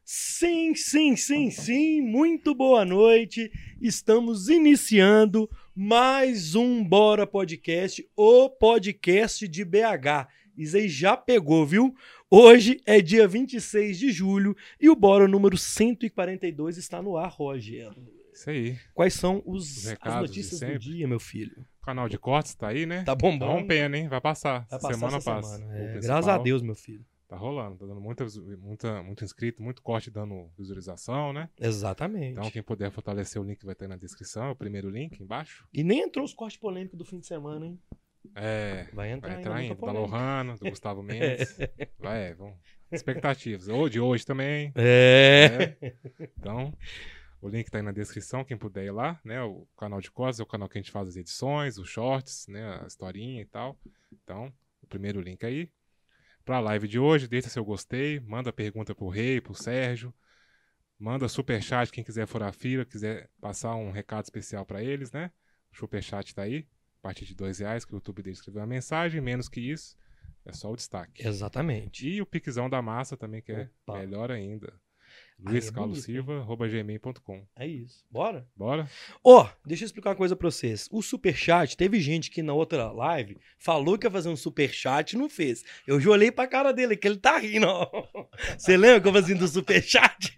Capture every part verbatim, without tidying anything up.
Sim, sim, sim, sim, muito boa noite. Estamos iniciando mais um Bora Podcast, o podcast de B H. Isso aí já pegou, viu? Hoje é dia vinte e seis de julho e o Bora número cento e quarenta e dois está no ar, Roger. Isso aí. Quais são os, Os as recados notícias de do sempre. dia, meu filho? O canal de cortes tá aí, né? Tá bombando. Tá rompendo, hein? Vai passar. Vai Essa passar semana essa passa. semana. O É, principal graças a Deus, meu filho. Tá rolando, tá dando muita, muita, muito inscrito, muito corte dando visualização, né? Exatamente. Então quem puder fortalecer o link vai estar aí na descrição, é o primeiro link embaixo. E nem entrou os cortes polêmicos do fim de semana, hein? É, Vai entrar, vai entrar ainda, ainda. muita Da polêmica. Lohana, do Gustavo Mendes. Vai, vamos. Expectativas. Ou de hoje também. É. É. Então, o link tá aí na descrição, quem puder ir lá, né? O canal de cortes é o canal que a gente faz as edições, os shorts, né? A historinha e tal. Então, o primeiro link aí. Pra live de hoje, deixa seu gostei, manda pergunta pro Rei, pro Sérgio, manda superchat quem quiser furar a fila, quiser passar um recado especial pra eles, né? O superchat tá aí, a partir de dois reais, que o YouTube dele escreveu uma mensagem, menos que isso, é só o destaque. Exatamente. E o piquezão da massa também, que é Opa. melhor ainda. Aí luiz é carlos bonito, silva arroba gmail ponto com. É isso. Bora? Bora? Ó, deixa eu explicar uma coisa pra vocês. O superchat, teve gente que na outra live falou que ia fazer um superchat e não fez. Eu já olhei pra cara dele, que ele tá rindo, ó. Você lembra que eu fazia do superchat?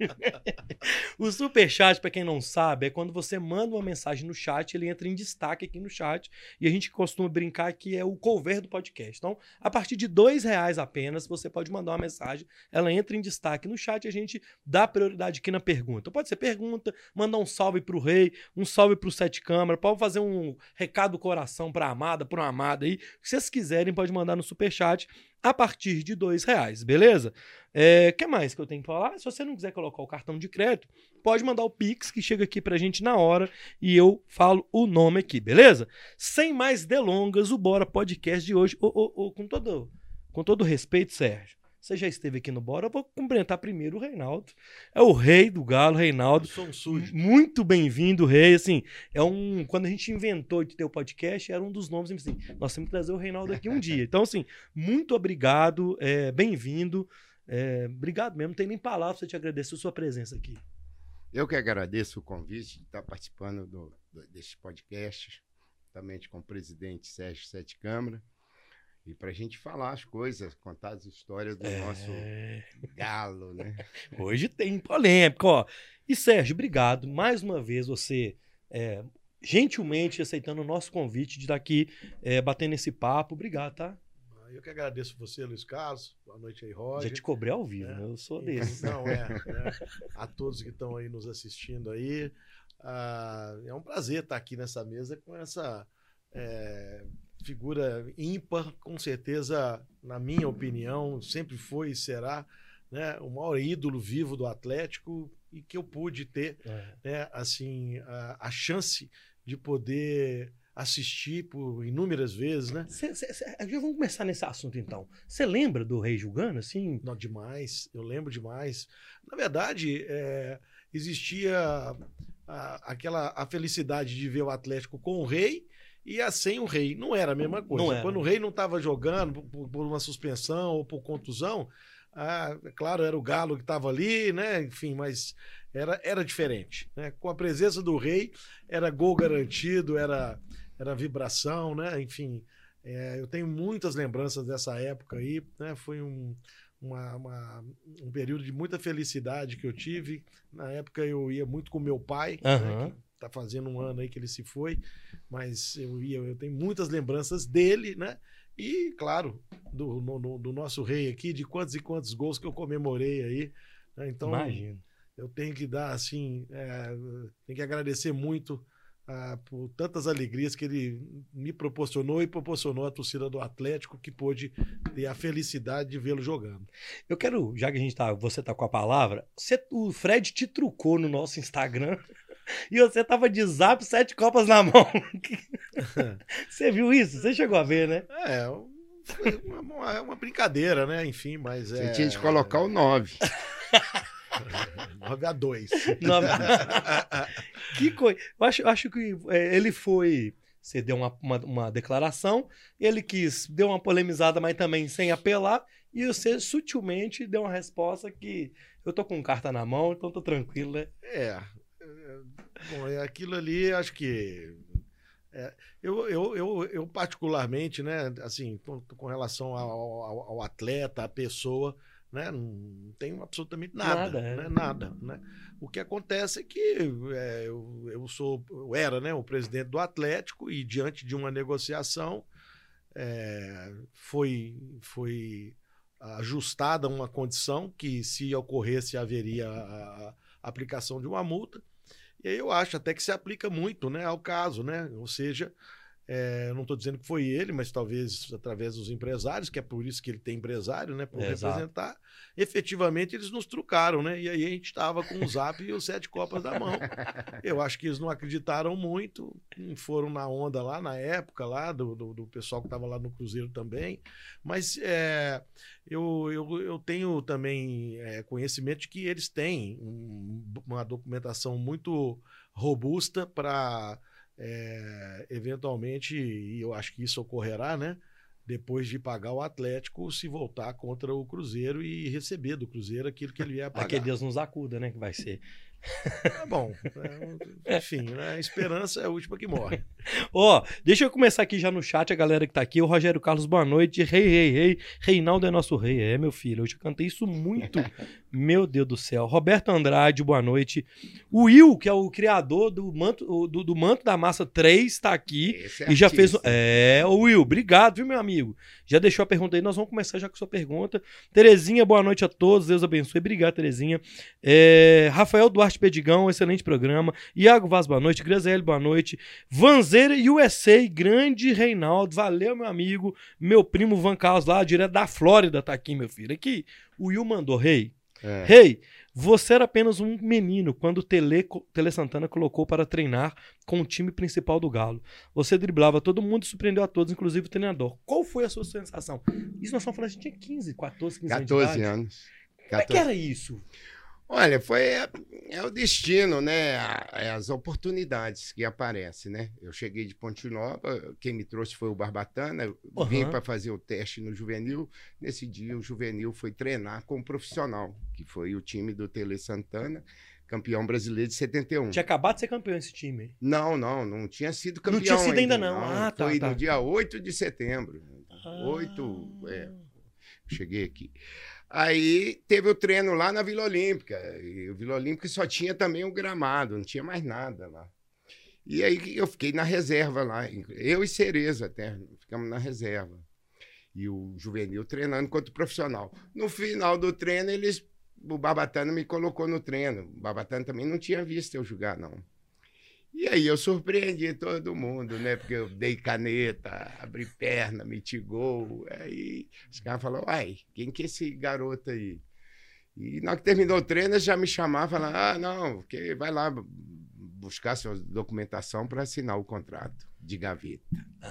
O superchat, pra quem não sabe, é quando você manda uma mensagem no chat, ele entra em destaque aqui no chat, e a gente costuma brincar que é o cover do podcast. Então, a partir de dois reais apenas, você pode mandar uma mensagem, ela entra em destaque no chat e a gente dá prioridade aqui na pergunta. Pode ser pergunta, mandar um salve pro Rei, um salve pro Sete Câmara, pode fazer um recado do coração pra amada, pra uma amada aí. O que vocês quiserem, pode mandar no superchat a partir de dois reais, beleza? O é, que mais que eu tenho que falar? Se você não quiser colocar o cartão de crédito, pode mandar o Pix, que chega aqui pra gente na hora e eu falo o nome aqui, beleza? Sem mais delongas, o Bora Podcast de hoje, oh, oh, oh, com, todo, com todo respeito, Sérgio, você já esteve aqui no Bora, eu vou cumprimentar primeiro o Reinaldo. É o rei do galo, Reinaldo. Eu sou um sujo. Muito bem-vindo, rei. Assim, é um... Quando a gente inventou de ter o podcast, era um dos nomes, assim, nós temos que trazer o Reinaldo aqui um dia. Então, assim, muito obrigado, é, bem-vindo. É, obrigado mesmo, não tem nem palavras para te agradecer a sua presença aqui. Eu que agradeço o convite de estar participando do, do, deste podcast, também com o presidente Sérgio Sete Câmara. E para a gente falar as coisas, contar as histórias do É... nosso galo, né? Hoje tem polêmica, ó. E Sérgio, obrigado. Mais uma vez você é, gentilmente aceitando o nosso convite de estar aqui é, batendo esse papo. Obrigado, tá? Eu que agradeço você, Luiz Carlos. Boa noite aí, Roger. Já te cobrei ao vivo, é, né? Eu sou desse. Não, é, é. A todos que estão aí nos assistindo aí. Ah, é um prazer estar aqui nessa mesa com essa... É, figura ímpar, com certeza, na minha opinião, sempre foi e será, né, o maior ídolo vivo do Atlético e que eu pude ter, É. né, assim, a, a chance de poder assistir por inúmeras vezes, né? Cê, cê, cê, já vamos começar nesse assunto, então. Você lembra do Rei jogando, assim? Não, demais, eu lembro demais. Na verdade, é, existia a, aquela a felicidade de ver o Atlético com o Rei e a sem o Rei. Não era a mesma coisa. Não era. Quando o Rei não estava jogando por, por uma suspensão ou por contusão, ah, claro, era o Galo que estava ali, né? Enfim, mas era, era diferente, né? Com a presença do Rei, era gol garantido, era, era vibração, né? Enfim, é, eu tenho muitas lembranças dessa época aí, né? Foi um, uma, uma, um período de muita felicidade que eu tive. Na época eu ia muito com meu pai, Aham. né? Que tá fazendo um ano aí que ele se foi, mas eu ia, eu tenho muitas lembranças dele, né? E, claro, do, no, do nosso Rei aqui, de quantos e quantos gols que eu comemorei aí, né? Então, Imagino. eu tenho que dar, assim, é, tenho que agradecer muito ah, por tantas alegrias que ele me proporcionou e proporcionou à torcida do Atlético, que pôde ter a felicidade de vê-lo jogando. Eu quero, já que a gente tá, você tá com a palavra, você, o Fred te trucou no nosso Instagram e você tava de zap, sete copas na mão. Você viu isso? Você chegou a ver, né? É, foi uma, uma, uma brincadeira, né? Enfim, mas Você é... tinha de colocar o nove. nove a dois. Nove- Que coisa. Eu acho, eu acho que é, ele foi. Você deu uma, uma, uma declaração, ele quis, deu uma polemizada, mas também sem apelar, e você sutilmente deu uma resposta que eu tô com carta na mão, então tô tranquilo, né? É, é, bom, é aquilo ali, acho que é, eu, eu, eu, eu particularmente, né, assim, com, com relação ao, ao, ao atleta, à pessoa, né, não tenho absolutamente nada, Nada, é. né, nada, né? O que acontece é que é, eu, eu sou, eu era, né, o presidente do Atlético e diante de uma negociação é, foi, foi ajustada uma condição que se ocorresse haveria a, a aplicação de uma multa. E aí eu acho até que se aplica muito, né, ao caso, né? Ou seja, é, não estou dizendo que foi ele, mas talvez através dos empresários, que é por isso que ele tem empresário, né, por É, representar, efetivamente eles nos trucaram, né? E aí a gente estava com o Zap e os sete copas da mão. Eu acho que eles não acreditaram muito, foram na onda lá na época lá do, do, do pessoal que estava lá no Cruzeiro também, mas é, eu, eu, eu tenho também é, conhecimento de que eles têm um, uma documentação muito robusta para É, eventualmente, e eu acho que isso ocorrerá, né? Depois de pagar o Atlético, se voltar contra o Cruzeiro e receber do Cruzeiro aquilo que ele vier a pagar. Aqui Deus nos acuda, né? Que vai ser. É bom. É, enfim, né? A esperança é a última que morre. Ó, deixa eu começar aqui já no chat, a galera que tá aqui. O Rogério Carlos, boa noite. Rei, rei, rei. Reinaldo é nosso rei. É, meu filho, eu já cantei isso muito. Meu Deus do céu. Roberto Andrade, boa noite. O Will, que é o criador do Manto, do, do Manto da Massa três, tá aqui. Esse é E já artista. fez. É, o Will, obrigado, viu, meu amigo? Já deixou a pergunta aí. Nós vamos começar já com a sua pergunta. Terezinha, boa noite a todos. Deus abençoe. Obrigado, Terezinha. É, Rafael Duarte Pedigão, excelente programa. Iago Vaz, boa noite. Graziele, boa noite. Vanzeira U S A, grande Reinaldo. Valeu, meu amigo. Meu primo Van Carlos lá, direto da Flórida, tá aqui, meu filho. Aqui, o Will mandou, rei. É. Rei, você era apenas um menino quando o Tele, Tele Santana colocou para treinar com o time principal do Galo. Você driblava todo mundo e surpreendeu a todos, inclusive o treinador. Qual foi a sua sensação? Isso nós estamos falando, a gente tinha quinze, quatorze, quinze catorze anos. anos. Como é que era isso? Olha, foi é, é o destino, né? A- é as oportunidades que aparecem, né? Eu cheguei de Ponte Nova, quem me trouxe foi o Barbatana, eu vim Aham. para fazer o teste no juvenil. Nesse dia, o juvenil foi treinar com o profissional, que foi o time do Tele Santana, campeão brasileiro de setenta e um. Tinha acabado de ser campeão esse time, hein? Não, não, não tinha sido Não campeão. tinha sido ainda não. Ah, tá, Foi tá. no dia oito de setembro. Ah. oito, é, cheguei aqui. Aí teve o treino lá na Vila Olímpica. E o Vila Olímpica só tinha também o gramado, não tinha mais nada lá. E aí eu fiquei na reserva lá. Eu e Cerezo até, ficamos na reserva. E o juvenil treinando contra o profissional. No final do treino, eles, o Barbatana me colocou no treino. O Barbatana também não tinha visto eu jogar, não. E aí eu surpreendi todo mundo, né? Porque eu dei caneta, abri perna, meti gol. Aí os caras falaram, uai, quem que é esse garoto aí? E na hora que terminou o treino, eles já me chamavam, falaram, ah, não, que vai lá buscar sua documentação para assinar o contrato de gaveta.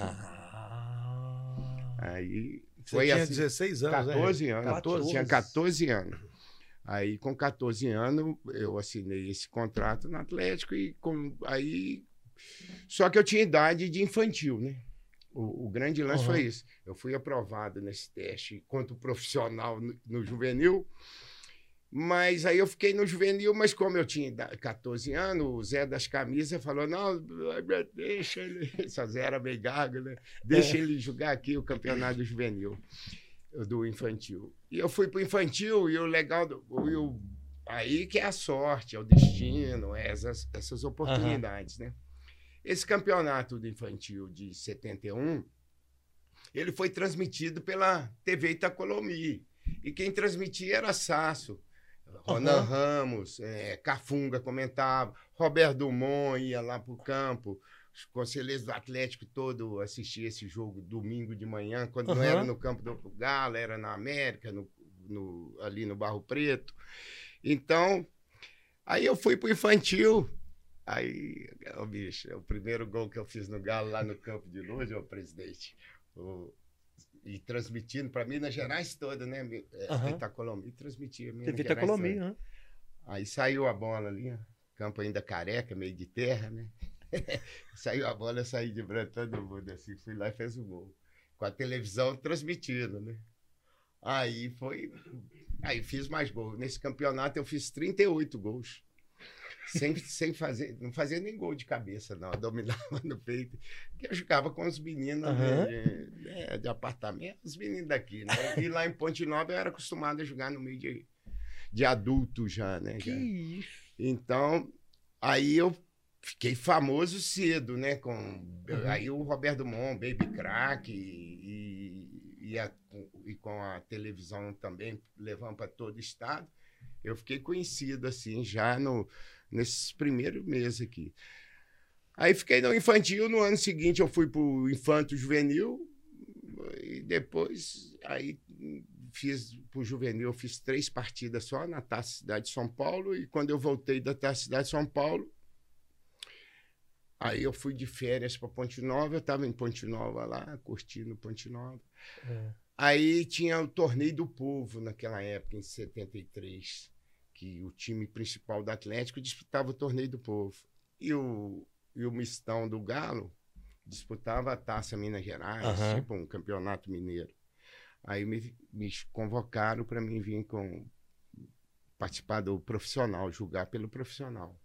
Ah. Aí Você foi tinha assim, dezesseis anos, catorze né? anos. catorze. Tinha catorze anos. Aí, com catorze anos, eu assinei esse contrato no Atlético e com, aí... Só que eu tinha idade de infantil, né? O, o grande lance Uhum. foi isso. Eu fui aprovado nesse teste quanto profissional no, no juvenil, mas aí eu fiquei no juvenil, mas como eu tinha idade- catorze anos, o Zé das Camisas falou, não, deixa ele... Esse Zé era meio gago, né? Deixa É. ele jogar aqui o campeonato juvenil. Do infantil. E eu fui para o infantil e o legal, do, e o, aí que é a sorte, é o destino, é essas, essas oportunidades, né? Esse campeonato do infantil de setenta e um, ele foi transmitido pela T V Itacolomi. E quem transmitia era Sasso, Ronan Uhum. Ramos, é, Cafunga comentava, Roberto Dumont ia lá para o campo, os conselheiros do Atlético todo assistiam esse jogo domingo de manhã, quando não Aham. era no campo do Galo, era na América, no, no- ali no Barro Preto. Então, aí eu fui pro infantil. Aí, ô, bicho, o primeiro gol que eu fiz no Galo lá no Campo de Luz, ô presidente, o- e transmitindo para Minas Gerais toda, né? É, Aham. Itacolomi transmitia Minas T V Gerais Itacolomi, toda. né? Aí saiu a bola ali, ó, campo ainda careca, meio de terra, né? Saiu a bola, eu saí de branco todo mundo assim, fui lá e fez o gol. Com a televisão transmitindo, né? Aí foi... Aí fiz mais gols. Nesse campeonato eu fiz trinta e oito gols. Sem, sem fazer... Não fazia nem gol de cabeça, não. Eu dominava no peito. Porque eu jogava com os meninos Uhum. de, de, de apartamento. Os meninos daqui, né? E lá em Ponte Nova eu era acostumado a jogar no meio de, de adultos já, né? Que Já. isso. Então, aí eu fiquei famoso cedo, né? Com, Uhum. Aí o Roberto Mon, Baby Crack, e, e, a, e com a televisão também levando para todo o estado, eu fiquei conhecido, assim, já no, nesses primeiros meses aqui. Aí fiquei no infantil, no ano seguinte eu fui para o infanto juvenil, e depois, aí fiz para o juvenil, eu fiz três partidas só na Taça Cidade de São Paulo, e quando eu voltei da Taça Cidade de São Paulo, aí eu fui de férias para Ponte Nova, eu estava em Ponte Nova lá, curtindo Ponte Nova. É. Aí tinha o Torneio do Povo naquela época, em setenta e três, que o time principal do Atlético disputava o Torneio do Povo. E o, e o Mistão do Galo disputava a Taça Minas Gerais, Aham. tipo um campeonato mineiro. Aí me, me convocaram para mim vir com, participar do profissional, julgar pelo profissional.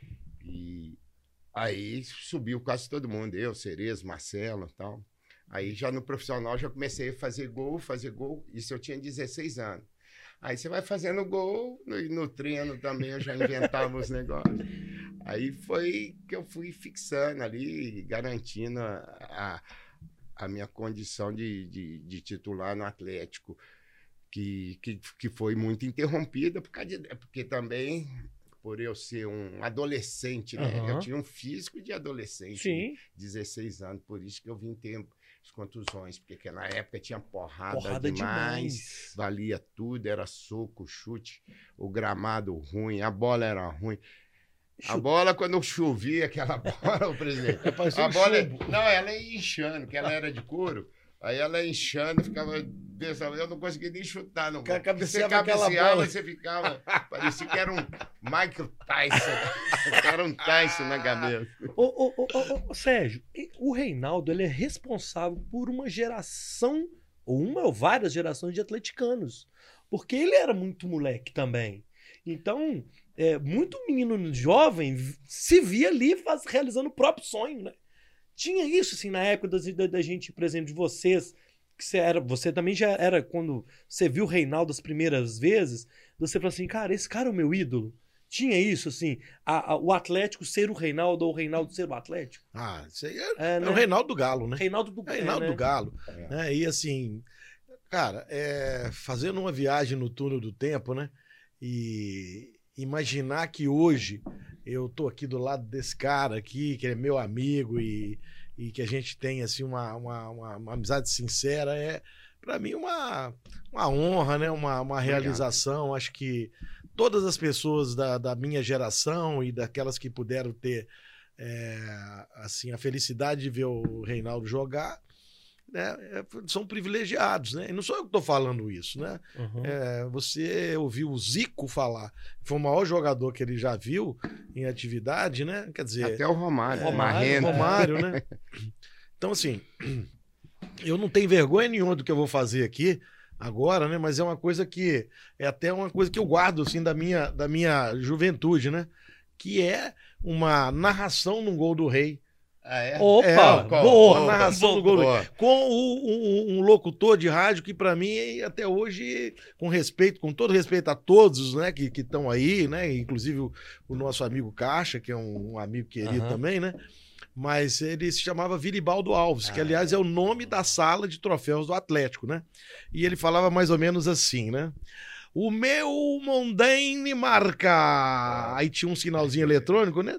E aí subiu quase todo mundo, eu, Cerezo, Marcelo e tal. Aí já no profissional já comecei a fazer gol, fazer gol, isso eu tinha dezesseis anos. Aí você vai fazendo gol, e no, no treino também eu já inventava os negócios. Aí foi que eu fui fixando ali, garantindo a, a, a minha condição de, de, de titular no Atlético, que, que, que foi muito interrompida, por causa de, porque também, por eu ser um adolescente, né? Uhum. Eu tinha um físico de adolescente, Sim. dezesseis anos, por isso que eu vim ter as contusões, porque naquela época tinha porrada, Porrada demais, demais. valia tudo, era soco, chute, o gramado ruim, a bola era ruim. A Chu- bola, quando chovia, aquela bola, o presidente, Parecia a um bola, chumbo. não, ela ia inchando, porque ela era de couro, aí ela ia inchando, ficava, eu não conseguia nem chutar, não. Ca- Você cabeceava aquela cabeceava, bola. você ficava, parecia que era um Michael Tyson, era um Tyson na cabeça. Ô, ô, ô, ô, ô, Sérgio, e- o Reinaldo ele é responsável por uma geração, ou uma ou várias gerações de atleticanos. Porque ele era muito moleque também. Então, é, muito menino jovem v- se via ali faz, realizando o próprio sonho, né? Tinha isso, assim, na época das- da, da gente, por exemplo, de vocês, que você era, você também já era, quando você viu o Reinaldo as primeiras vezes, você falou assim, cara, esse cara é o meu ídolo. Tinha isso, assim, a- a- o Atlético ser o Reinaldo ou o Reinaldo ser o Atlético? Ah, isso aí é, É, é né? o Reinaldo do Galo, né? Reinaldo do Reinaldo é, né? do Galo. É. Né? E assim, cara, é, fazendo uma viagem no túnel do tempo, né? E imaginar que hoje eu tô aqui do lado desse cara aqui, que é meu amigo e, e que a gente tem assim uma, uma, uma, uma amizade sincera, é para mim uma, uma honra, né? Uma, uma realização. Acho que todas as pessoas da, da minha geração e daquelas que puderam ter é, assim a felicidade de ver o Reinaldo jogar, né, é, são privilegiados, né? E não sou eu que estou falando isso, né? Uhum. É, você ouviu o Zico falar, foi o maior jogador que ele já viu em atividade, né? Quer dizer, Até o Romário, é, Romário, Marrento. Romário, né? Então, assim, eu não tenho vergonha nenhuma do que eu vou fazer aqui agora, né? Mas é uma coisa que é até uma coisa que eu guardo assim da minha, da minha juventude, né? Que é uma narração num gol do Rei. Ah, é? Opa, É, boa, uma narração do gol do Boa. com o- um, um locutor de rádio que para mim até hoje, com respeito, com todo respeito a todos, né, que estão aí, né, inclusive o, o nosso amigo Caixa, que é um, um amigo querido Aham. também, né, mas ele se chamava Viribaldo Alves, que Ah, aliás é o nome da sala de troféus do Atlético, né, e ele falava mais ou menos assim, né, o meu Mondaine marca. Aí tinha um sinalzinho eletrônico, né?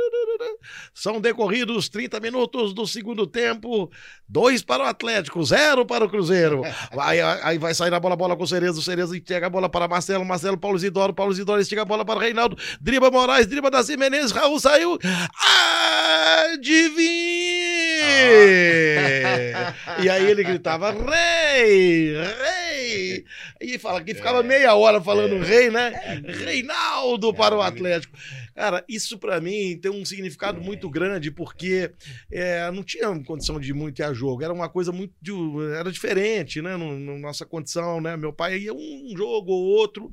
São decorridos trinta minutos do segundo tempo, dois para o Atlético, zero para o Cruzeiro. Aí, aí vai sair a bola, bola com o Cerezo, o Cerezo entrega a bola para Marcelo, Marcelo, Paulo Isidoro, Paulo Isidoro estica a bola para o Reinaldo, driba Moraes, driba Daci Menezes, Raul saiu, adivinhe! E aí ele gritava, rei, rei! rei. E fala que ficava meia hora falando É. rei, né? Reinaldo para o Atlético. Cara, isso pra mim tem um significado muito grande, porque é, não tinha condição de muito ir a jogo. Era uma coisa muito. de- era diferente, né? No, no nossa condição, né? Meu pai ia um jogo ou outro.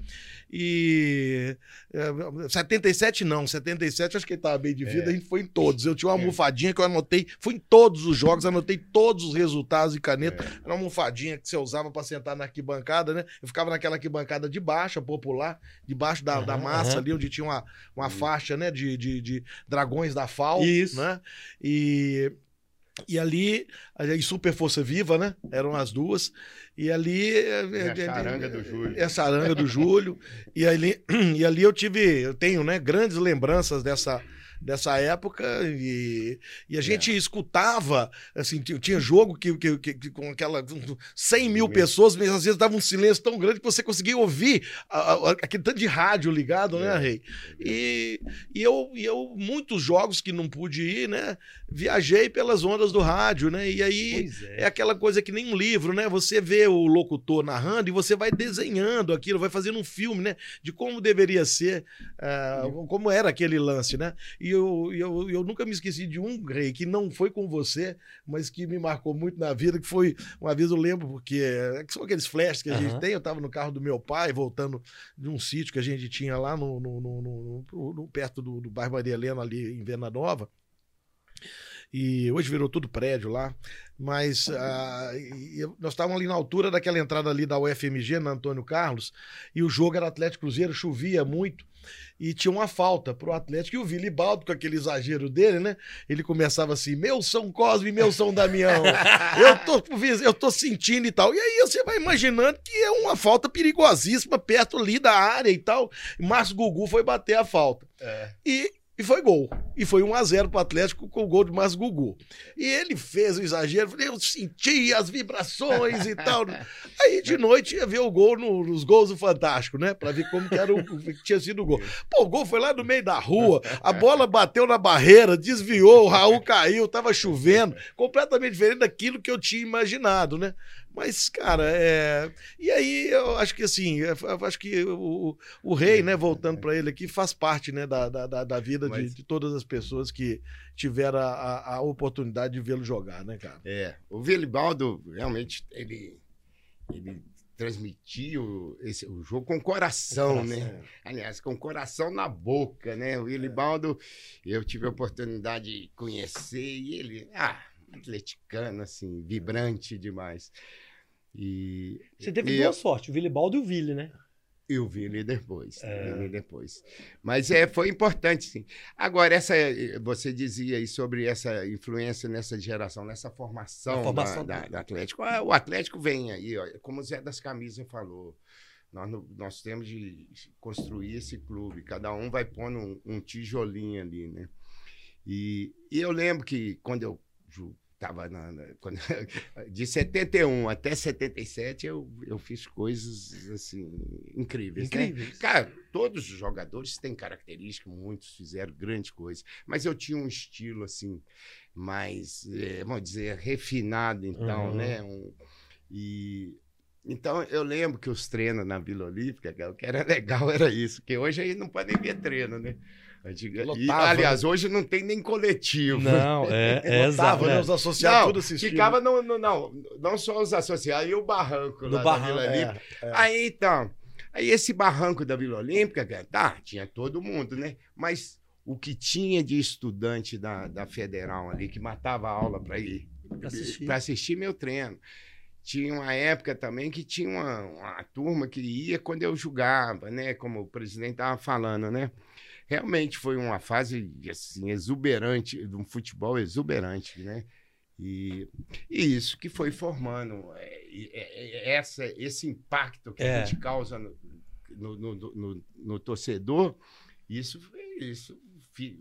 E. É, setenta e sete não, setenta e sete acho que ele tava bem de vida, É. a gente foi em todos. Eu tinha uma É. almofadinha que eu anotei, fui em todos os jogos, anotei todos os resultados e caneta. É. Era uma almofadinha que você usava pra sentar na arquibancada, né? Eu ficava naquela arquibancada de baixa, popular, debaixo da, da Aham, massa aham. ali, onde tinha uma, uma faixa, né? De, de, de dragões da F A O, Isso. né? E. E ali, e Super Força Viva, né? Eram as duas. E ali. E a charanga do Júlio. É a charanga do Júlio. E ali, e ali eu tive, eu tenho, né, grandes lembranças dessa, dessa época. E, e a gente escutava, assim, tinha, tinha jogo que, que, que, que com aquela cem mil pessoas, mas às vezes dava um silêncio tão grande que você conseguia ouvir a- a- aquele tanto de rádio ligado, né, É. Rei? E, e, eu, e eu, muitos jogos que não pude ir, né? Viajei pelas ondas do rádio, né? E aí Pois é é. aquela coisa que nem um livro, né? Você vê o locutor narrando e você vai desenhando aquilo, vai fazendo um filme, né? De como deveria ser, ah, como era aquele lance, né? E eu, e eu, eu nunca me esqueci de um, Rei, que não foi com você, mas que me marcou muito na vida, que foi, uma vez eu lembro, porque é, que são aqueles flashes que a gente Aham. tem, eu tava no carro do meu pai, voltando de um sítio que a gente tinha lá no, no, no- no- no- no- perto do, do bairro Maria Helena, ali em Venda Nova. E hoje virou tudo prédio lá. Mas ah, e- e nós estávamos ali na altura daquela entrada ali da U F M G, na Antônio Carlos, e o jogo era Atlético Cruzeiro, chovia muito, e tinha uma falta pro Atlético, e o Vilibaldo, com aquele exagero dele, né? Ele começava assim, meu São Cosme, meu São Damião, eu tô, eu tô sentindo e tal. E aí você vai imaginando que é uma falta perigosíssima perto ali da área e tal. E Márcio Gugu foi bater a falta. É. E, e foi gol. E foi um a zero pro Atlético com o gol de Márcio Gugu. E ele fez o exagero, eu senti as vibrações e tal. Aí de noite ia ver o gol no- nos gols do Fantástico, né? Pra ver como que, era o, que tinha sido o gol. Pô, o gol foi lá no meio da rua, a bola bateu na barreira, desviou, o Raul caiu, tava chovendo. Completamente diferente daquilo que eu tinha imaginado, né? Mas, cara, é... E aí, eu acho que assim, eu acho que o, o rei, né, voltando pra ele aqui, faz parte, né, da, da, da- da vida de, Mas- de todas as pessoas que tiveram a, a, a oportunidade de vê-lo jogar, né, cara? É, o Vilibaldo realmente ele, ele transmitia o, esse, o jogo com coração, Com né? Aliás, com coração na boca, né? O Vilibaldo, eu tive a oportunidade de conhecer e ele, ah, atleticano, assim, vibrante demais. E Você teve e duas sortes, o Vilibaldo e o Vili, né? eu vi ele depois, É. vi ele depois. Mas é, foi importante, sim. Agora, essa, você dizia aí sobre essa influência nessa geração, nessa formação, A formação da, da, dele. da Atlético. Ah, o Atlético vem aí, ó, como o Zé das Camisas falou. Nós, no- nós temos de construir esse clube. Cada um vai pondo um, um tijolinho ali, né? E, e eu lembro que quando eu estava na, na- quando- de setenta e um até setenta e sete, eu, eu fiz coisas assim incríveis. né? Incríveis. Cara, todos os jogadores têm características, muitos fizeram grandes coisas, mas eu tinha um estilo assim mais, eh, vamos dizer, refinado, então, Uhum. né? Um, e então eu lembro que os treinos na Vila Olímpica, que- o que era legal era isso, que hoje aí não pode nem ver treino, né? Antiga- e, Lotava, aliás, hoje não tem nem coletivo. Não, é, é exato. Tava, né? né? Os associados Não, tudo assistindo. ficava no, no- não, não só os associados, e o barranco Do lá barranco, da Vila é, Olímpica. é. Aí, então, aí esse barranco da Vila Olímpica, cara, tá, tinha todo mundo, né? Mas o que tinha de estudante da, da Federal ali, que matava a aula para ir, Pra assistir. para assistir meu treino. Tinha uma época também que tinha uma, uma turma que ia quando eu jogava, né? Como o presidente estava falando, né? Realmente foi uma fase assim, exuberante, de um futebol exuberante, né? E, e isso que foi formando é, é, é, essa, esse impacto que É. a gente causa no, no, no, no- no torcedor, isso, isso fi-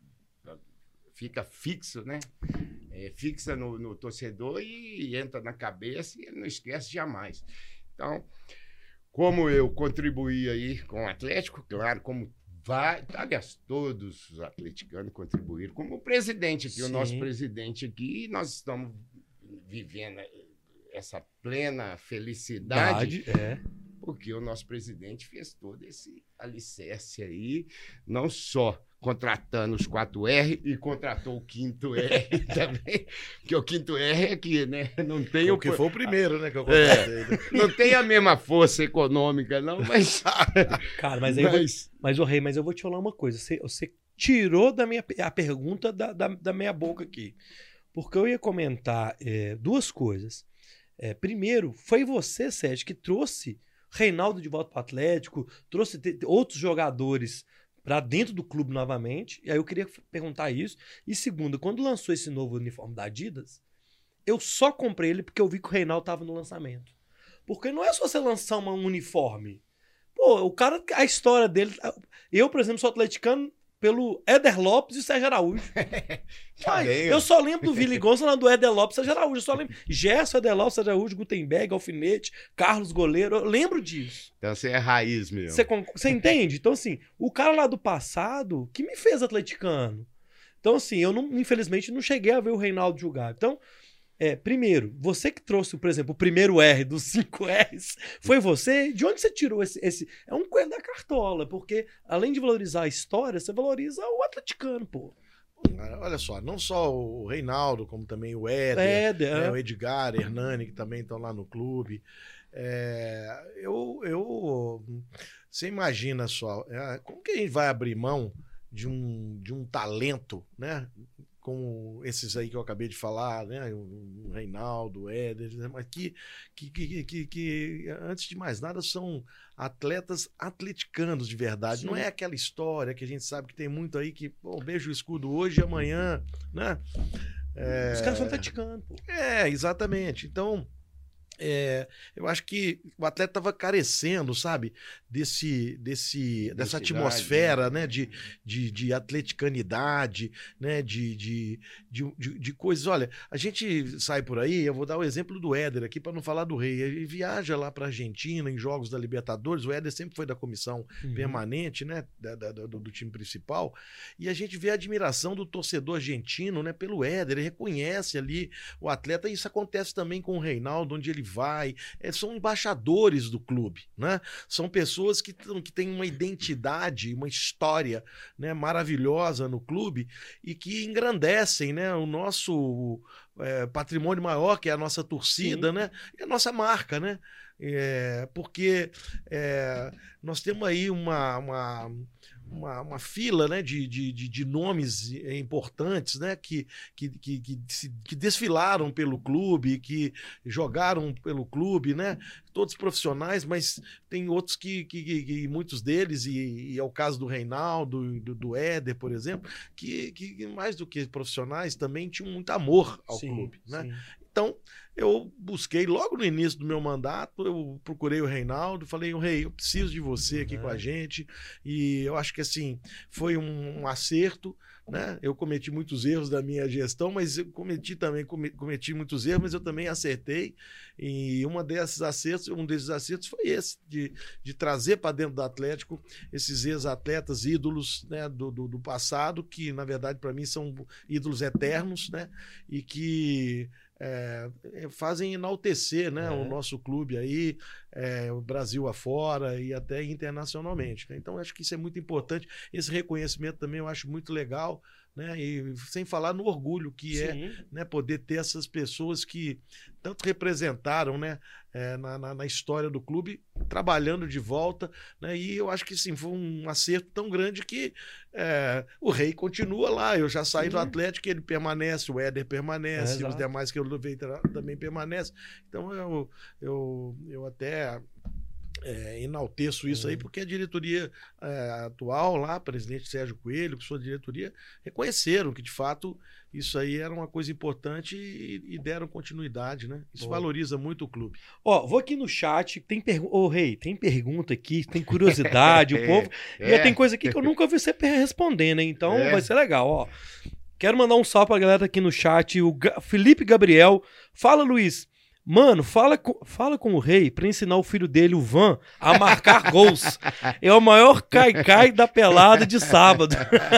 fica fixo, né? É, fixa no, no torcedor e entra na cabeça e ele não esquece jamais. Então, como eu contribuí aí com o Atlético, claro, como vai, aliás, todos os atleticanos contribuíram, como o presidente aqui, o Sim. nosso presidente aqui, nós estamos vivendo essa plena felicidade, Verdade, é. porque o nosso presidente fez todo esse alicerce aí, não só contratando os quatro R e contratou o quinto R também, porque o quinto R é que, né, não tem O o... que foi o primeiro, né, que eu É. contratei, né? Não tem a mesma força econômica, não, mas... Cara, mas aí eu vou, mas mas, ô Rei, mas eu vou te falar uma coisa. Você, você tirou da minha, a pergunta da, da, da minha boca aqui. Porque eu ia comentar é, duas coisas. É, primeiro, foi você, Sérgio, que trouxe Reinaldo de volta para o Atlético, trouxe te- te- outros jogadores para dentro do clube novamente. E aí eu queria perguntar isso. E segundo, quando lançou esse novo uniforme da Adidas, eu só comprei ele porque eu vi que o Reinaldo estava no lançamento. Porque não é só você lançar uma- um uniforme. Pô, o cara, a história dele... Eu, por exemplo, sou atleticano pelo Éder Lopes e Sérgio Araújo. Pai, bem, eu ó. só lembro do Vili Gonça falando do Éder Lopes e Sérgio Araújo. Eu só lembro. Gerson, Éder Lopes, Sérgio Araújo, Gutenberg, Alfinete, Carlos Goleiro. Eu lembro disso. então você é raiz mesmo. Você, con- você entende? Então, assim, o cara lá do passado que me fez atleticano. Então, assim, eu não, infelizmente não cheguei a ver o Reinaldo jogar. Então, é, primeiro, você que trouxe, por exemplo, o primeiro R dos cinco R's, foi você? De onde você tirou esse, esse... É um coelho da cartola, porque além de valorizar a história, você valoriza o atleticano, pô. Olha só, não só o Reinaldo, como também o Éder, É, né, é. o Edgar, Hernani, que também estão lá no clube. É, eu, eu, você imagina só, é, como que a gente vai abrir mão de um, de um talento, né? Como esses aí que eu acabei de falar, né? O Reinaldo, o Éder, mas que, que, que, que, que, antes de mais nada, são atletas atleticanos de verdade. Sim. Não é aquela história que a gente sabe que tem muito aí que, pô, beijo o escudo hoje e amanhã, né? É, Os caras são atleticanos, pô. é, exatamente. Então, é, eu acho que o atleta estava carecendo, sabe, desse, desse, dessa Identidade, atmosfera, né, de, de, de atleticanidade, né, de, de, de, de, de coisas. Olha, a gente sai por aí, eu vou dar o exemplo do Éder aqui para não falar do Rei. Ele viaja lá para Argentina em jogos da Libertadores. O Éder sempre foi da comissão Uhum. permanente, né, da, da- do, do time principal, e a gente vê a admiração do torcedor argentino, né, pelo Éder. Ele reconhece ali o atleta, e isso acontece também com o Reinaldo, onde ele vai. É, são embaixadores do clube, né? São pessoas que, tão- que têm uma identidade, uma história, né, maravilhosa no clube e que engrandecem, né, o nosso é, patrimônio maior, que é a nossa torcida, Sim. né, e a nossa marca, né? É, porque é, nós temos aí uma, uma, uma, uma fila, né, de, de, de, de nomes importantes, né, que, que, que, que, se- que desfilaram pelo clube, que jogaram pelo clube, né, todos profissionais, mas tem outros que, que, que- que muitos deles, e, e é o caso do Reinaldo, do, do Éder, por exemplo, que, que mais do que profissionais também tinham muito amor ao Sim, clube, né? sim. Então, eu busquei, logo no início do meu mandato, eu procurei o Reinaldo, falei, o Rei, eu preciso de você aqui Uhum. com a gente, e eu acho que, assim, foi um, um acerto, né? Eu cometi muitos erros da minha gestão, mas eu cometi também, come- cometi muitos erros, mas eu também acertei, e uma desses acertos, um desses acertos foi esse, de, de trazer para dentro do Atlético esses ex-atletas, ídolos, né, do, do, do passado, que, na verdade, para mim, são ídolos eternos, né? E que é, fazem enaltecer, né, É. o nosso clube aí, é, o Brasil afora e até internacionalmente, né? Então, acho que isso é muito importante. Esse reconhecimento também eu acho muito legal, né? E sem falar no orgulho que é, Sim. né, poder ter essas pessoas que tanto representaram, né, é, na, na, na história do clube, trabalhando de volta, né? E eu acho que sim, foi um acerto tão grande que é, o Rei continua lá. Eu já saí Sim. do Atlético, ele permanece, o Éder permanece, É, os exato. demais que eu levei tra- também permanecem. Então eu, eu, eu até é, enalteço isso aí, Uhum. porque a diretoria é, atual lá, presidente Sérgio Coelho, com sua diretoria, reconheceram que de fato isso aí era uma coisa importante e, e deram continuidade, né? Isso Boa. valoriza muito o clube. Ó, vou aqui no chat, tem pergunta. Ô, Rei, tem pergunta aqui, tem curiosidade, o povo. E É. tem coisa aqui que eu nunca vi você respondendo, hein? Então É. vai ser legal, ó. Quero mandar um salve pra galera aqui no chat. O Ga- Felipe Gabriel. Fala, Luiz. Mano, fala com, fala com o rei pra ensinar o filho dele, o Van, a marcar gols. É o maior cai-cai da pelada de sábado.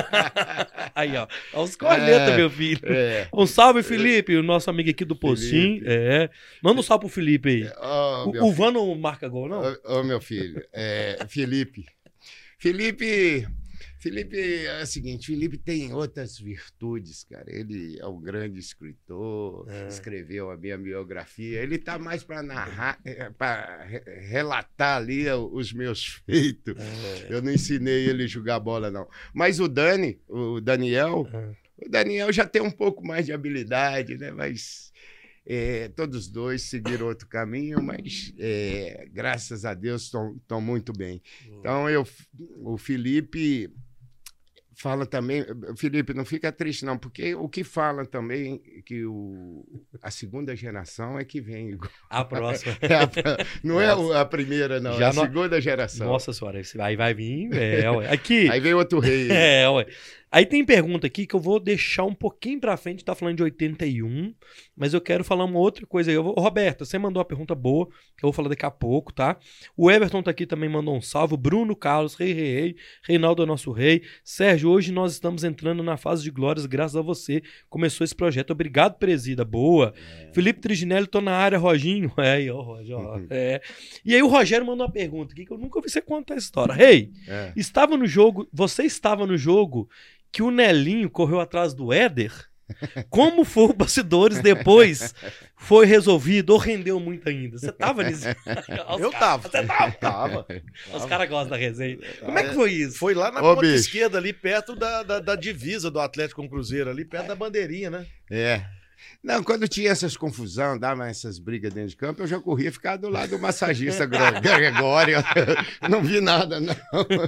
Aí, ó. Olha os cornetas, É, meu filho. É. Um salve, Felipe, o nosso amigo aqui do Postinho. Felipe. É. Manda um salve pro Felipe aí. Ó, meu O, o Van não marca gol, não? Ô, ô, meu filho, é, Felipe. Felipe. Felipe é o seguinte, Felipe tem outras virtudes, cara. Ele é um grande escritor, É. escreveu a minha biografia. Ele tá mais para narrar, para relatar ali os meus feitos. É. Eu não ensinei ele a jogar bola, não. Mas o Dani, o Daniel, É. o Daniel já tem um pouco mais de habilidade, né? Mas é, todos dois seguiram outro caminho, mas é, graças a Deus estão muito bem. Então, eu, o Felipe fala também... Felipe, não fica triste, não, porque o que fala também que o, a segunda geração é que vem. A próxima. É a- não é o- a primeira, não, Já é a não- segunda geração. Nossa senhora, esse- aí vai vir. É, ué. Aqui. Aí vem outro rei. É, ué. Aí tem pergunta aqui que eu vou deixar um pouquinho pra frente, tá falando de oitenta e um, mas eu quero falar uma outra coisa aí. Eu vou... Ô, Roberta, você mandou uma pergunta boa, que eu vou falar daqui a pouco, tá? O Everton tá aqui também, mandou um salve. O Bruno Carlos, rei, rei, rei. Reinaldo é nosso rei. Sérgio, hoje nós estamos entrando na fase de glórias graças a você. Começou esse projeto. Obrigado, presida. Boa. É. Felipe Triginelli, tô na área, Roginho. É, aí, ó, Roger, ó. Uhum. É. E aí o Rogério mandou uma pergunta aqui que eu nunca ouvi você contar essa história. Rei, É. estava no jogo, você estava no jogo que o Nelinho correu atrás do Éder? Como foi o bastidores depois? Foi resolvido ou rendeu muito ainda? Você tava nisso? Eu tava. Você tava? Tava. Os caras gostam da resenha. Como é que foi isso? Foi lá na Ô, ponta bicho. esquerda, ali perto da, da, da divisa do Atlético com o Cruzeiro, ali perto da bandeirinha, né? É. Não, quando tinha essas confusões, dava essas brigas dentro de campo, eu já corria ficar do lado do massagista Gro- Gregório. Não vi nada, não.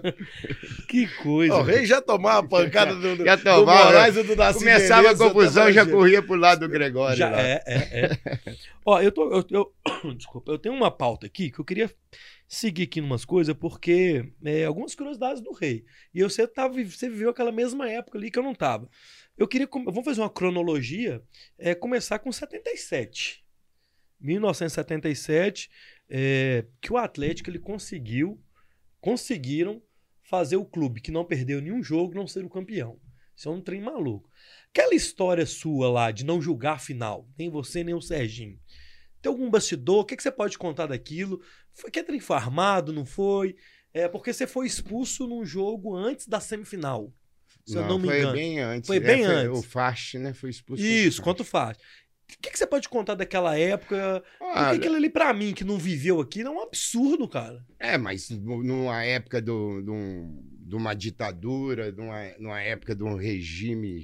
Que coisa. O rei já tomava a pancada do, do, Já do tomava, Moraes e do Daci Começava Menezes, a confusão, eu já tava- corria pro lado do Gregório. Já lá. é, é, é. Ó, eu tô. Eu, eu- desculpa, eu tenho uma pauta aqui que eu queria seguir aqui numas coisas, porque é, algumas curiosidades do rei. E eu, você, tava, você viveu aquela mesma época ali que eu não tava. Eu queria. com- Vamos fazer uma cronologia. É, começar com setenta e sete. mil novecentos e setenta e sete, é, que o Atlético ele conseguiu. Conseguiram fazer o clube que não perdeu nenhum jogo não ser o campeão. Isso é um trem maluco. Aquela história sua lá de não julgar a final, nem você nem o Serginho. Tem algum bastidor? O que, que você pode contar daquilo? Foi que trem foi armado, não foi? É porque você foi expulso num jogo antes da semifinal. Se eu não me foi engano. bem antes. Foi É, bem antes. O Fast, né? Foi expulso. Isso, contra quanto faz? O que, que você pode contar daquela época? o Porque Fast. aquilo ali, pra mim, que não viveu aqui, é um absurdo, cara. É, mas nu- numa época do, de um- de uma ditadura, numa, numa época de um regime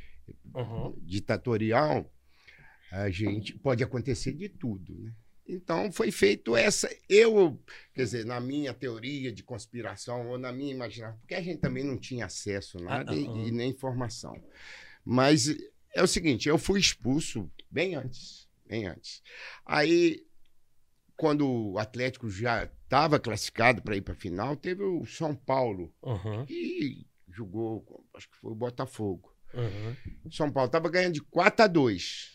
ditatorial, a gente pode acontecer de tudo, né? Então foi feito essa, eu, quer dizer, na minha teoria de conspiração ou na minha imaginação, porque a gente também não tinha acesso a nada Ah, e, ah, ah. e nem informação. Mas é o seguinte, eu fui expulso bem antes, bem antes. Aí, quando o Atlético já estava classificado para ir para a final, teve o São Paulo, Aham, que jogou, acho que foi o Botafogo. aham. São Paulo estava ganhando de quatro a dois.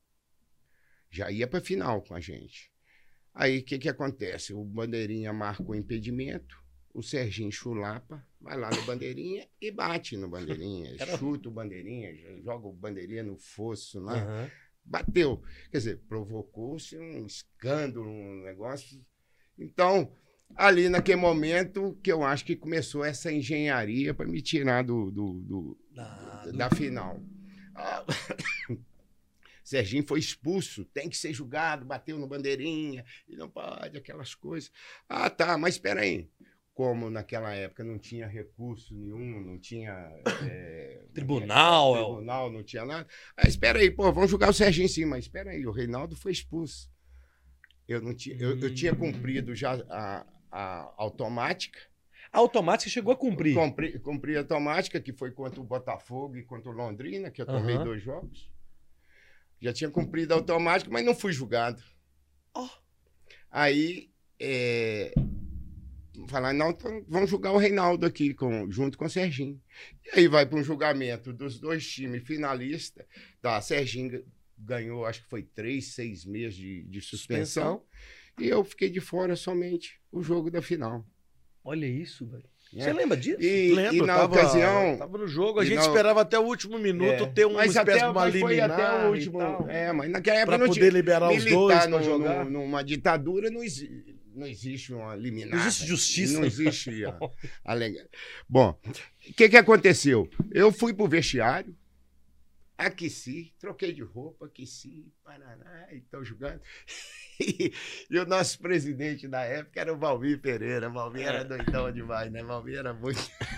Já ia para a final com a gente. Aí o que, que acontece? O Bandeirinha marca o impedimento, o Serginho chulapa, vai lá no Bandeirinha e bate no Bandeirinha. Era- Chuta o Bandeirinha, joga o Bandeirinha no fosso lá. aham. Bateu. Quer dizer, provocou-se um escândalo, um negócio. Então, ali naquele momento que eu acho que começou essa engenharia para me tirar do, do- do- Ah, da final. Ah, Serginho foi expulso, tem que ser julgado, bateu no Bandeirinha, e não pode, aquelas coisas. Ah, tá, mas espera aí. Como naquela época não tinha recurso nenhum, não tinha... é, Tribunal, é o- Tribunal, não tinha nada. Ah, espera aí, pô, vamos julgar o Serginho sim, mas espera aí, o Reinaldo foi expulso. Eu, não tinha, eu, eu tinha cumprido já a, a automática, A automática chegou a cumprir. Cumpri, cumpri a automática, que foi contra o Botafogo e contra o Londrina, que eu tomei Aham. dois jogos. Já tinha cumprido a automática, mas não fui julgado. Ó. Aí, é, falar, não, então vamos julgar o Reinaldo aqui, com, junto com o Serginho. E aí vai para um julgamento dos dois times finalistas, tá, Serginho ganhou, acho que foi três, seis meses de, de suspensão, e eu fiquei de fora somente o jogo da final. Olha isso, velho. É. Você lembra disso? E, Lembro, e na tava, ocasião... Tava no jogo, a e gente na- esperava até o último minuto É, ter uma mas espécie até, de uma mas foi liminar até o e último. tal. É, mas naquela época Pra não poder tinha, liberar os militar dois pra no- jogar. no- numa ditadura não, exi- não existe uma liminar. Não existe justiça. Não existe a, a legal. Bom, o que, que aconteceu? Eu fui pro vestiário, aqueci, troquei de roupa, aqueci, paraná, e tô jogando. E, e o nosso presidente da época era o Valmir Pereira. Valmir era doidão demais, né? Valmir era muito.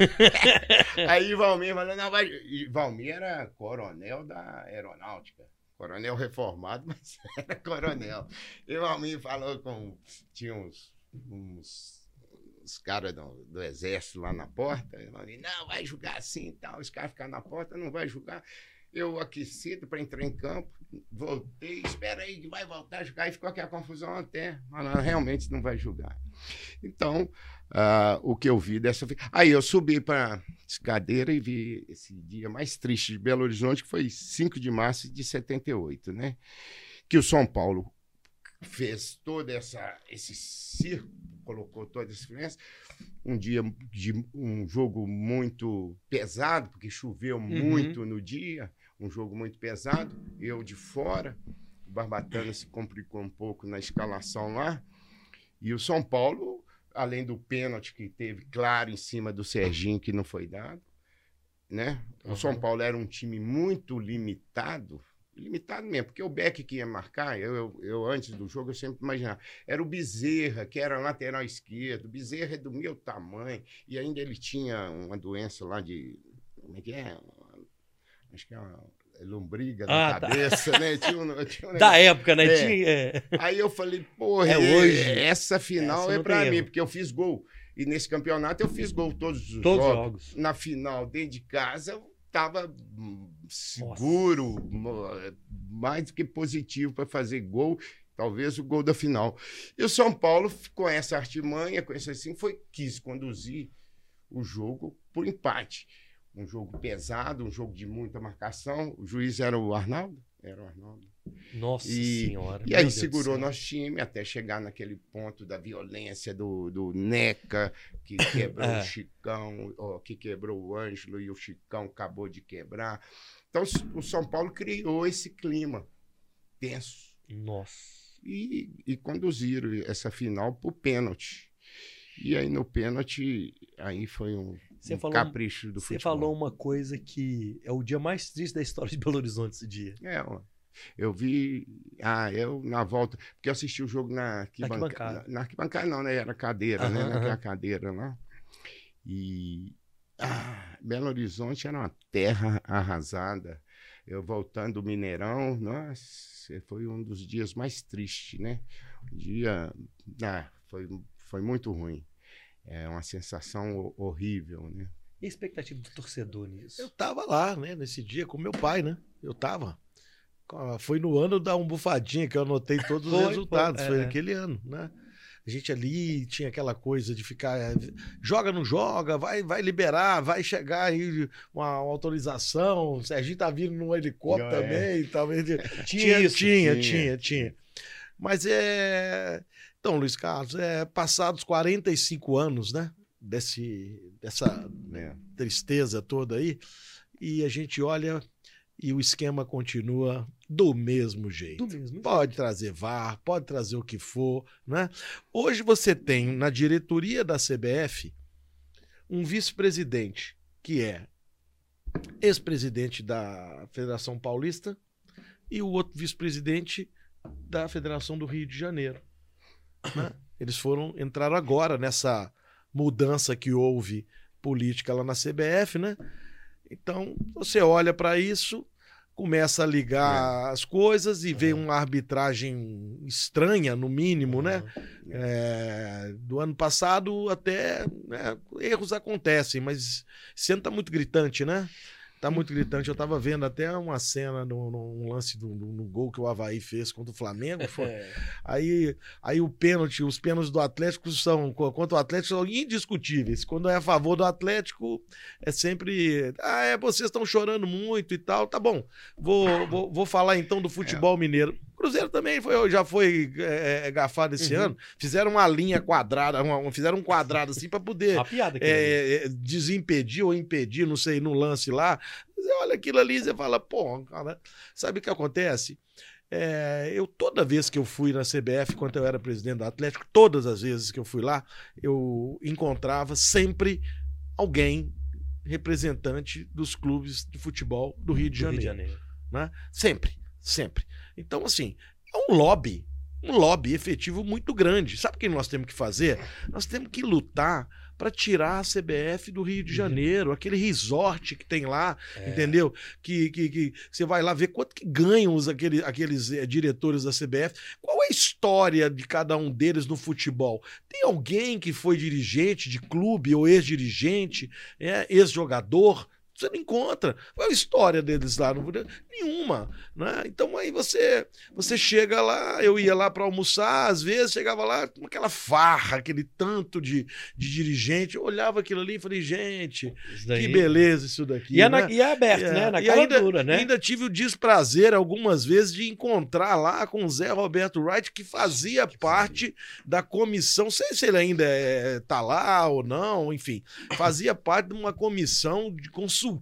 Aí Valmir falou: não, vai. E Valmir era coronel da aeronáutica. Coronel reformado, mas era coronel. E Valmir falou com. Tinha uns. uns os caras do, do exército lá na porta. E Valmir, não, vai jogar assim e tal. Os caras ficaram na porta, não vai jogar. Eu aquecido para entrar em campo, voltei, espera aí que vai voltar a jogar, e ficou aquela confusão até, mas não, realmente não vai jogar. Então, uh, o que eu vi dessa vez... Aí eu subi para a escadeira e vi esse dia mais triste de Belo Horizonte, que foi cinco de março de setenta e oito, né? Que o São Paulo fez todo essa, esse circo, colocou toda essa influência. Um dia de um jogo muito pesado, porque choveu Uhum. muito no dia, um jogo muito pesado, eu de fora, o Barbatana se complicou um pouco na escalação lá, e o São Paulo, além do pênalti que teve claro em cima do Serginho, que não foi dado, né? O São Paulo era um time muito limitado, limitado mesmo, porque o Beck que ia marcar, eu, eu, eu antes do jogo, eu sempre imaginava, era o Bezerra, que era lateral esquerdo, o Bezerra é do meu tamanho, e ainda ele tinha uma doença lá de, como é que é? Acho que é uma lombriga na Ah, tá. cabeça, né? Tinha um, tinha um Da negócio- época, né? É. Tinha, é. Aí eu falei, porra, É é- hoje. essa final Essa é não pra tem mim, erro. porque eu fiz gol. E nesse campeonato eu fiz gol todos os Todos os jogos. jogos. Na final, dentro de casa, eu tava hum, seguro, mo- mais do que positivo para fazer gol, talvez o gol da final. E o São Paulo, com essa artimanha, com isso assim, foi, quis conduzir o jogo por empate. Um jogo pesado, um jogo de muita marcação. O juiz era o Arnaldo? Era o Arnaldo. Nossa E- senhora. E meu aí Deus do segurou céu. nosso time até chegar naquele ponto da violência do, do Neca, que quebrou É. o Chicão, ó, que quebrou o Ângelo e o Chicão acabou de quebrar. Então o São Paulo criou esse clima tenso Nossa. e, e conduziram essa final para o pênalti. E aí no pênalti, aí foi um, Você um falou- capricho do Você futebol. falou uma coisa que é o dia mais triste da história de Belo Horizonte esse dia. É, ó, eu vi. Ah, eu na volta. Porque eu assisti o jogo na Arquibancada. arquibancada. Na, na arquibancada, não, né? Era cadeira, né? Aham, Naquela aham. cadeira lá. E. Ah, Belo Horizonte era uma terra arrasada. Eu voltando do Mineirão, nossa, foi um dos dias mais tristes, né? O dia. Ah, foi, foi muito ruim. É uma sensação ho- horrível, né? E a expectativa do torcedor nisso? Eu tava lá, né, nesse dia com meu pai, né? Eu tava. Ah, Foi no ano da Umbufadinha que eu anotei todos os Foi, resultados. foi, Foi, é. naquele ano, né? A gente ali tinha aquela coisa de ficar. eh, Joga, não joga, vai, vai liberar, vai chegar aí uma, uma autorização. O Serginho tá vindo num helicóptero É. também. Talvez... Tinha Tinha, isso. tinha, Tinha. tinha, tinha. Mas é. Então, Luiz Carlos, é, passados quarenta e cinco anos, né? Desse, dessa É. tristeza toda aí, e a gente olha e o esquema continua do mesmo jeito. Do mesmo. Pode trazer V A R, pode trazer o que for, né? Hoje você tem na diretoria da C B F um vice-presidente que é ex-presidente da Federação Paulista e o outro vice-presidente da Federação do Rio de Janeiro, né? Eles foram entrar agora nessa mudança que houve política lá na C B F, né? Então, você olha para isso, começa a ligar as coisas e vê uma arbitragem estranha, no mínimo, né? É, do ano passado até né, erros acontecem, mas esse ano tá muito gritante, né? tá muito gritante. Eu tava vendo até uma cena, num, num lance do, do, no gol que o Avaí fez contra o Flamengo. Foi. Aí, aí o pênalti, os pênaltis do Atlético são, contra o Atlético, são indiscutíveis. Quando é a favor do Atlético, é sempre, ah, é, vocês estão chorando muito e tal. Tá bom, vou, vou, vou falar então do futebol é. mineiro. Cruzeiro também foi, já foi é, gafado esse uhum. ano. Fizeram uma linha quadrada, uma, fizeram um quadrado assim para poder é, desimpedir ou impedir, não sei, no lance lá. Você olha aquilo ali e você fala, pô, cara, sabe o que acontece? É, eu, toda vez que eu fui na C B F, quando eu era presidente do Atlético, todas as vezes que eu fui lá, eu encontrava sempre alguém representante dos clubes de futebol do Rio de Janeiro. Rio de Janeiro. Né? Sempre, sempre. Então, assim, é um lobby, um lobby efetivo muito grande. Sabe o que nós temos que fazer? Nós temos que lutar para tirar a C B F do Rio de Janeiro, uhum. aquele resort que tem lá, é. entendeu? Que, que, que você vai lá ver quanto que ganham os, aquele, aqueles é, diretores da C B F. Qual é a história de cada um deles no futebol? Tem alguém que foi dirigente de clube ou ex-dirigente, é, ex-jogador? Você não encontra. Qual é a história deles lá? Não, nenhuma. Né? Então aí você, você chega lá, eu ia lá para almoçar, às vezes chegava lá com aquela farra, aquele tanto de, de dirigente, eu olhava aquilo ali e falei, gente, que beleza isso daqui. E é, né? na, e é aberto, é, né? Na caidura, né? Ainda tive o desprazer algumas vezes de encontrar lá com o Zé Roberto Wright, que fazia que parte sim. da comissão, não sei se ele ainda é, tá lá ou não, enfim, fazia parte de uma comissão de consultoria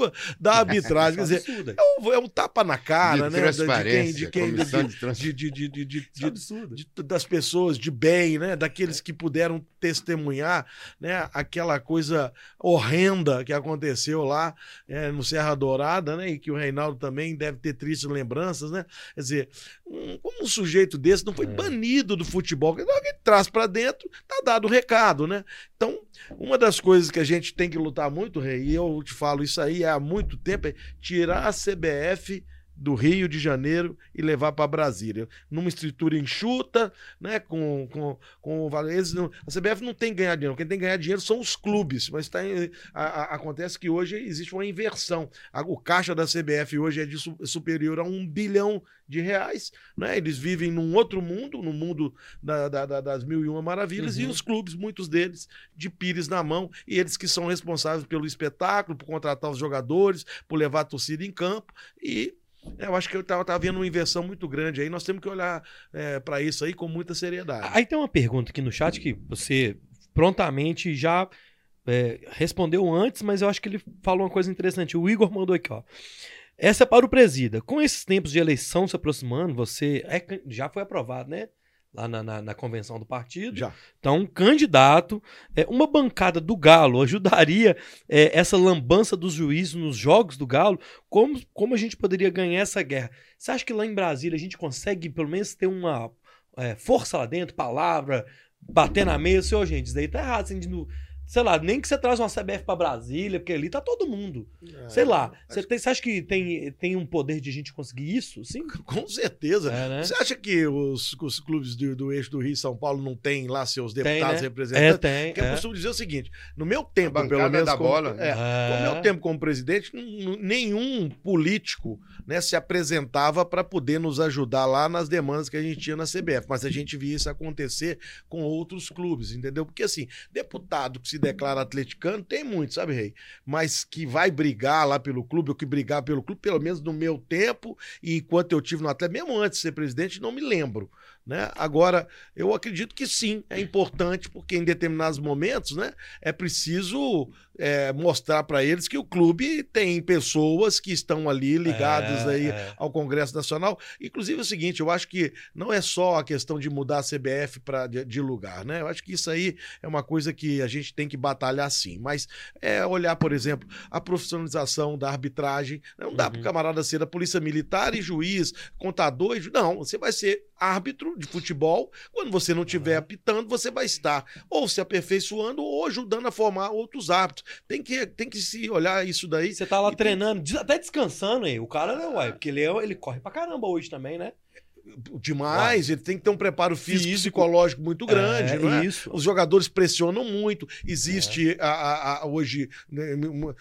da arbitragem. Quer dizer, é um, é um tapa na cara, de né? De quem, de quem, de, de, de, de, de, de, de, das pessoas de bem, né? Daqueles que puderam testemunhar, né? Aquela coisa horrenda que aconteceu lá é, no Serra Dourada, né? E que o Reinaldo também deve ter tristes lembranças, né? Quer dizer, um, como um sujeito desse não foi é. banido do futebol, que alguém traz para dentro, tá dado o recado, né? Então, uma das coisas que a gente tem que lutar muito, Rei, e eu te falo isso aí há muito tempo, é tirar a C B F do Rio de Janeiro e levar para Brasília. Numa estrutura enxuta, né, com, com, com valores. A C B F não tem que ganhar dinheiro. Quem tem que ganhar dinheiro são os clubes. Mas tá em, a, a, acontece que hoje existe uma inversão. A, o caixa da C B F hoje é de su, superior a um bilhão de reais. Né? Eles vivem num outro mundo, no mundo da, da, da, das mil e uma maravilhas, uhum. e os clubes, muitos deles, de pires na mão, e eles que são responsáveis pelo espetáculo, por contratar os jogadores, por levar a torcida em campo, e eu acho que eu estava vendo uma inversão muito grande aí. Nós temos que olhar é, para isso aí com muita seriedade. Aí tem uma pergunta aqui no chat que você prontamente já é, respondeu antes, mas eu acho que ele falou uma coisa interessante. O Igor mandou aqui, ó. Essa é para o presida. Com esses tempos de eleição se aproximando, você é, já foi aprovado, né? Lá na, na, na convenção do partido. Já. Então, candidato, é, uma bancada do Galo ajudaria é, essa lambança dos juízes nos jogos do Galo? Como, como a gente poderia ganhar essa guerra? Você acha que lá em Brasília a gente consegue pelo menos ter uma é, força lá dentro, palavra, bater na mesa? Senhor, gente, isso daí tá errado. Assim, de, sei lá, nem que você traz uma C B F pra Brasília, porque ali tá todo mundo. É, sei lá. Você, tem, você acha que tem, tem um poder de a gente conseguir isso? Sim? Com certeza. É, né? Você acha que os, os clubes do, do eixo do Rio e São Paulo não têm lá seus deputados, tem, né? representantes? É, tem. Porque é. eu costumo dizer o seguinte, no meu tempo, pelo menos... da como, bola. É, é. No meu tempo como presidente, nenhum político, né, se apresentava para poder nos ajudar lá nas demandas que a gente tinha na C B F. Mas a gente via isso acontecer com outros clubes, entendeu? Porque assim, deputado que se declara atleticano, tem muito, sabe, Rei? Mas que vai brigar lá pelo clube, ou que brigar pelo clube, pelo menos no meu tempo, e enquanto eu tive no Atlético, mesmo antes de ser presidente, não me lembro. Né? Agora, eu acredito que sim, é importante, porque em determinados momentos, né, é preciso é, mostrar para eles que o clube tem pessoas que estão ali ligadas é, aí é. ao Congresso Nacional. Inclusive é o seguinte, eu acho que não é só a questão de mudar a C B F pra, de, de lugar, né? Eu acho que isso aí é uma coisa que a gente tem que batalhar sim, mas é olhar, por exemplo, a profissionalização da arbitragem. Não dá uhum. para o camarada ser da polícia militar e juiz, contador e ju... Não, você vai ser árbitro de futebol, quando você não estiver uhum. apitando, você vai estar ou se aperfeiçoando ou ajudando a formar outros árbitros. Tem que, tem que se olhar isso daí. Você tá lá treinando, tem... até descansando aí. O cara, né, uai, porque ele, é, ele corre pra caramba hoje também, né? demais, ele tem que ter um preparo físico, físico. psicológico muito grande, é, não é? Isso. Os jogadores pressionam muito, existe é. a, a, a, hoje né, uma,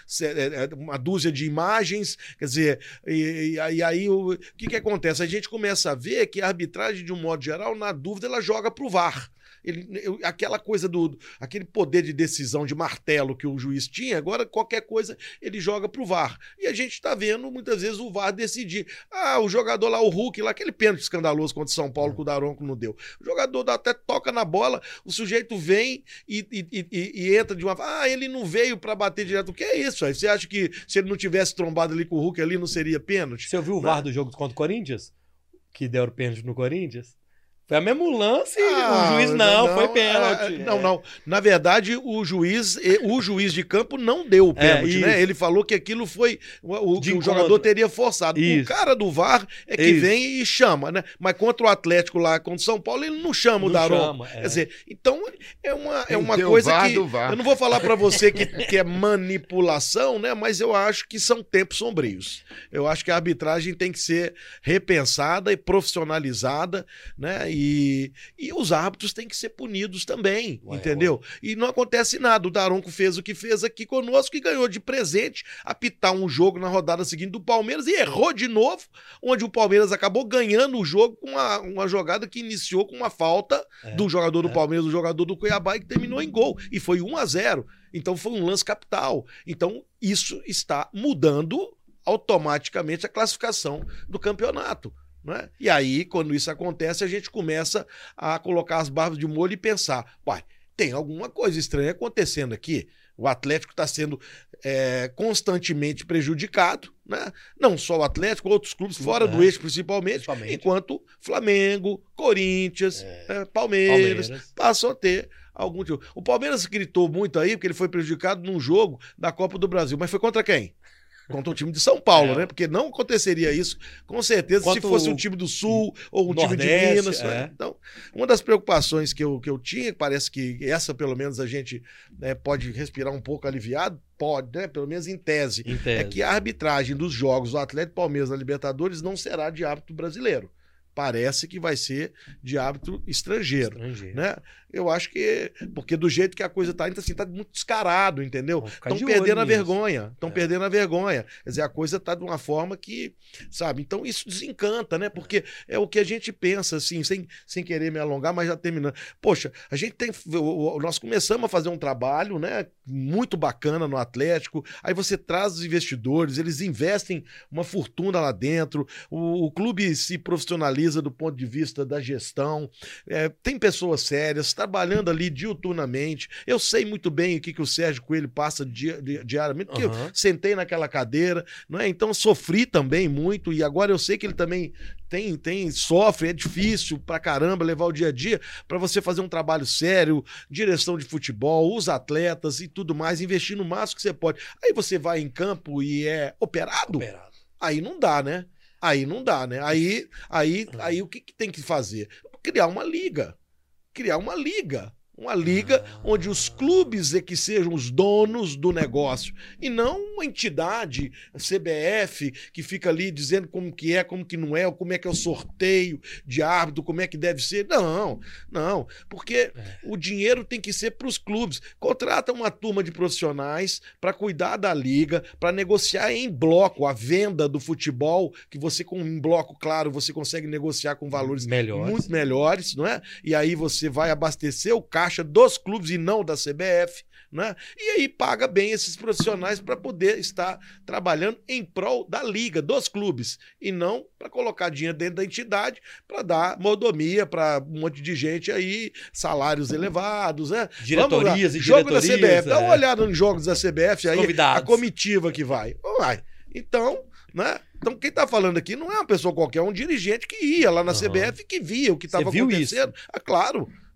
uma dúzia de imagens, quer dizer, e, e, e aí o que, que acontece? A gente começa a ver que a arbitragem, de um modo geral, na dúvida, ela joga pro V A R. Ele, aquela coisa do aquele poder de decisão de martelo que o juiz tinha, agora qualquer coisa ele joga pro V A R. E a gente tá vendo muitas vezes o V A R decidir. Ah, o jogador lá, o Hulk, lá, aquele pênalti escandaloso contra o São Paulo que o Daronco não deu. O jogador até toca na bola, o sujeito vem e, e, e, e entra de uma. Ah, ele não veio pra bater direto. O que é isso? Aí? Você acha que se ele não tivesse trombado ali com o Hulk ali, não seria pênalti? Você ouviu o V A R do jogo contra o Corinthians? Que deram pênalti no Corinthians? Foi a mesmo lance, ah, o juiz não, não foi pênalti. É, não, não. Na verdade, o juiz, o juiz de campo não deu o pênalti, é, né? Ele falou que aquilo foi o, que o jogador teria forçado. Isso. O cara do V A R é que isso. vem e chama, né? Mas contra o Atlético lá, contra o São Paulo, ele não chama não o Daronco. É. Quer dizer, então é uma, é uma coisa que eu não vou falar para você que, que é manipulação, né? Mas eu acho que são tempos sombrios. Eu acho que a arbitragem tem que ser repensada e profissionalizada, né? E, e os árbitros têm que ser punidos também, ué, entendeu? Ué. E não acontece nada. O Daronco fez o que fez aqui conosco e ganhou de presente apitar um jogo na rodada seguinte do Palmeiras e errou de novo, onde o Palmeiras acabou ganhando o jogo com uma, uma jogada que iniciou com uma falta é, do jogador do é. Palmeiras, do jogador do Cuiabá, e que terminou em gol. E foi um a zero. Então foi um lance capital. Então isso está mudando automaticamente a classificação do campeonato. Né? E aí, quando isso acontece, a gente começa a colocar as barbas de molho e pensar, uai, tem alguma coisa estranha acontecendo aqui. O Atlético está sendo é, constantemente prejudicado, né? Não só o Atlético, outros clubes fora é. do eixo principalmente, principalmente, enquanto Flamengo, Corinthians, é. É, Palmeiras, Palmeiras passam a ter algum tipo. O Palmeiras gritou muito aí porque ele foi prejudicado num jogo da Copa do Brasil, mas foi contra quem? Contra o time de São Paulo, é. né? Porque não aconteceria isso, com certeza, Quanto se fosse um time do Sul ou um Nordeste, time de Minas. É. Né? Então, uma das preocupações que eu, que eu tinha, parece que essa, pelo menos, a gente né, pode respirar um pouco aliviado, pode, né? Pelo menos em tese, em tese, é que a arbitragem dos jogos do Atlético Palmeiras na Libertadores não será de árbitro brasileiro. Parece que vai ser de árbitro estrangeiro, estrangeiro. Né? Eu acho que... Porque do jeito que a coisa está, assim, tá muito descarado, entendeu? Estão perdendo a vergonha. Estão é. perdendo a vergonha. Quer dizer, a coisa está de uma forma que... Sabe? Então isso desencanta, né? Porque é o que a gente pensa, assim, sem, sem querer me alongar, mas já terminando. Poxa, a gente tem... Nós começamos a fazer um trabalho, né? Muito bacana no Atlético. Aí você traz os investidores, eles investem uma fortuna lá dentro. O, o clube se profissionaliza do ponto de vista da gestão, é, tem pessoas sérias trabalhando ali diuturnamente. Eu sei muito bem o que, que o Sérgio Coelho passa di di diariamente, porque uhum. eu sentei naquela cadeira, não é? Então sofri também muito, e agora eu sei que ele também tem, tem sofre, é difícil pra caramba levar o dia a dia para você fazer um trabalho sério, direção de futebol, os atletas e tudo mais, investir no máximo que você pode. Aí você vai em campo e é operado, operado. Aí não dá, né? Aí não dá, né? Aí, aí, aí o que, que tem que fazer? Criar uma liga. Criar uma liga. Uma liga ah. onde os clubes é que sejam os donos do negócio e não uma entidade, a C B F, que fica ali dizendo como que é, como que não é, como é que é o sorteio de árbitro, como é que deve ser. Não, não, porque é. o dinheiro tem que ser para os clubes. Contrata uma turma de profissionais para cuidar da liga, para negociar em bloco a venda do futebol, que você com um bloco, claro, você consegue negociar com valores melhores. muito melhores, não é? E aí você vai abastecer o caixa dos clubes e não da C B F, né? E aí paga bem esses profissionais para poder estar trabalhando em prol da liga, dos clubes, e não para colocar dinheiro dentro da entidade para dar mordomia para um monte de gente aí, salários elevados, né? Diretorias e jogo diretorias. Da C B F, é. dá uma olhada nos jogos da C B F aí, Convidados. A comitiva que vai. Vai. Então, né? Então, quem está falando aqui não é uma pessoa qualquer, é um dirigente que ia lá na uhum. C B F e que via o que estava acontecendo. Ah, claro.